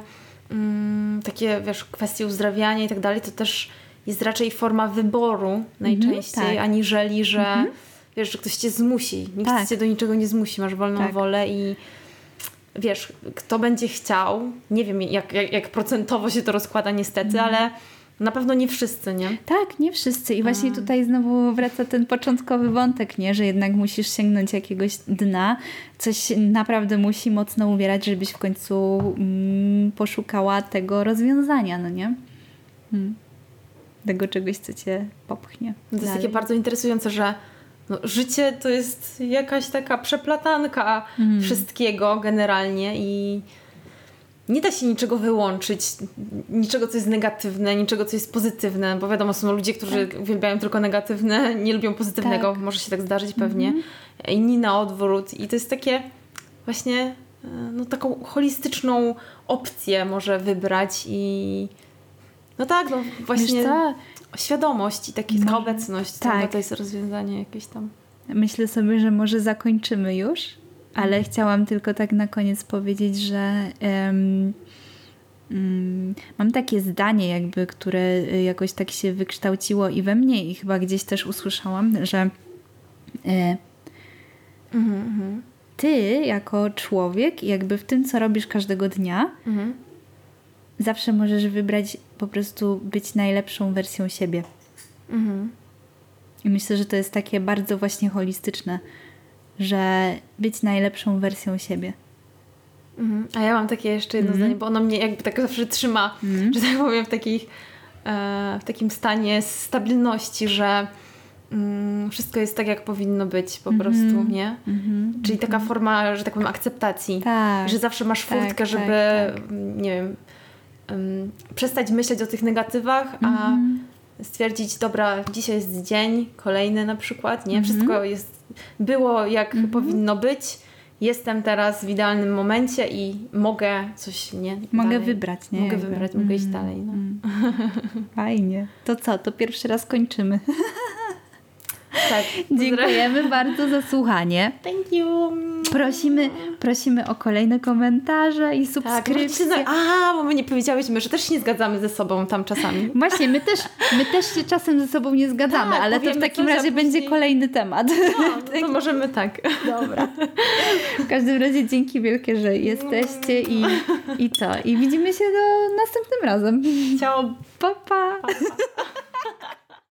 takie, wiesz, kwestie uzdrawiania i tak dalej, to też jest raczej forma wyboru najczęściej, aniżeli, że wiesz, że ktoś cię zmusi. Nikt cię do niczego nie zmusi, masz wolną wolę i wiesz, kto będzie chciał, nie wiem jak procentowo się to rozkłada niestety, ale na pewno nie wszyscy, nie? Tak, nie wszyscy. I właśnie tutaj znowu wraca ten początkowy wątek, nie? Że jednak musisz sięgnąć jakiegoś dna. Coś naprawdę musi mocno uwierać, żebyś w końcu poszukała tego rozwiązania, no nie? Tego czegoś, co cię popchnie. To jest takie bardzo interesujące, że życie to jest jakaś taka przeplatanka wszystkiego generalnie i nie da się niczego wyłączyć, niczego, co jest negatywne, niczego, co jest pozytywne, bo wiadomo, są ludzie, którzy uwielbiają tylko negatywne, nie lubią pozytywnego, może się tak zdarzyć pewnie, inni na odwrót i to jest takie właśnie taką holistyczną opcję może wybrać i właśnie świadomość i taka obecność, to jest rozwiązanie jakieś tam. Myślę sobie, że może zakończymy już. Ale chciałam tylko tak na koniec powiedzieć, że mam takie zdanie jakby, które jakoś tak się wykształciło i we mnie i chyba gdzieś też usłyszałam, że ty jako człowiek jakby w tym, co robisz każdego dnia, zawsze możesz wybrać po prostu być najlepszą wersją siebie. I myślę, że to jest takie bardzo właśnie holistyczne, że być najlepszą wersją siebie. A ja mam takie jeszcze jedno zdanie, bo ono mnie jakby tak zawsze trzyma, że tak powiem, w takim stanie stabilności, że wszystko jest tak, jak powinno być po prostu, nie? Czyli taka forma, że tak powiem, akceptacji. Tak. Że zawsze masz furtkę, żeby nie wiem, przestać myśleć o tych negatywach, a stwierdzić, dobra, dzisiaj jest dzień, kolejny na przykład, nie? Wszystko było jak powinno być. Jestem teraz w idealnym momencie i mogę coś, nie? Mogę dalej. wybrać, nie? Mogę wybrać, mogę iść dalej. No. Fajnie. To co? To pierwszy raz kończymy. Tak. Dziękujemy bardzo za słuchanie. Thank you. Prosimy o kolejne komentarze i subskrypcje. Tak, bo my nie powiedziałyśmy, że też się nie zgadzamy ze sobą tam czasami. Właśnie, my też się czasem ze sobem nie zgadzamy, Tak, ale to w takim razie będzie kolejny temat. No, to możemy tak. Dobra. W każdym razie dzięki wielkie, że jesteście i co? I widzimy się do następnym razem. Ciao. Pa, pa. Pa, pa.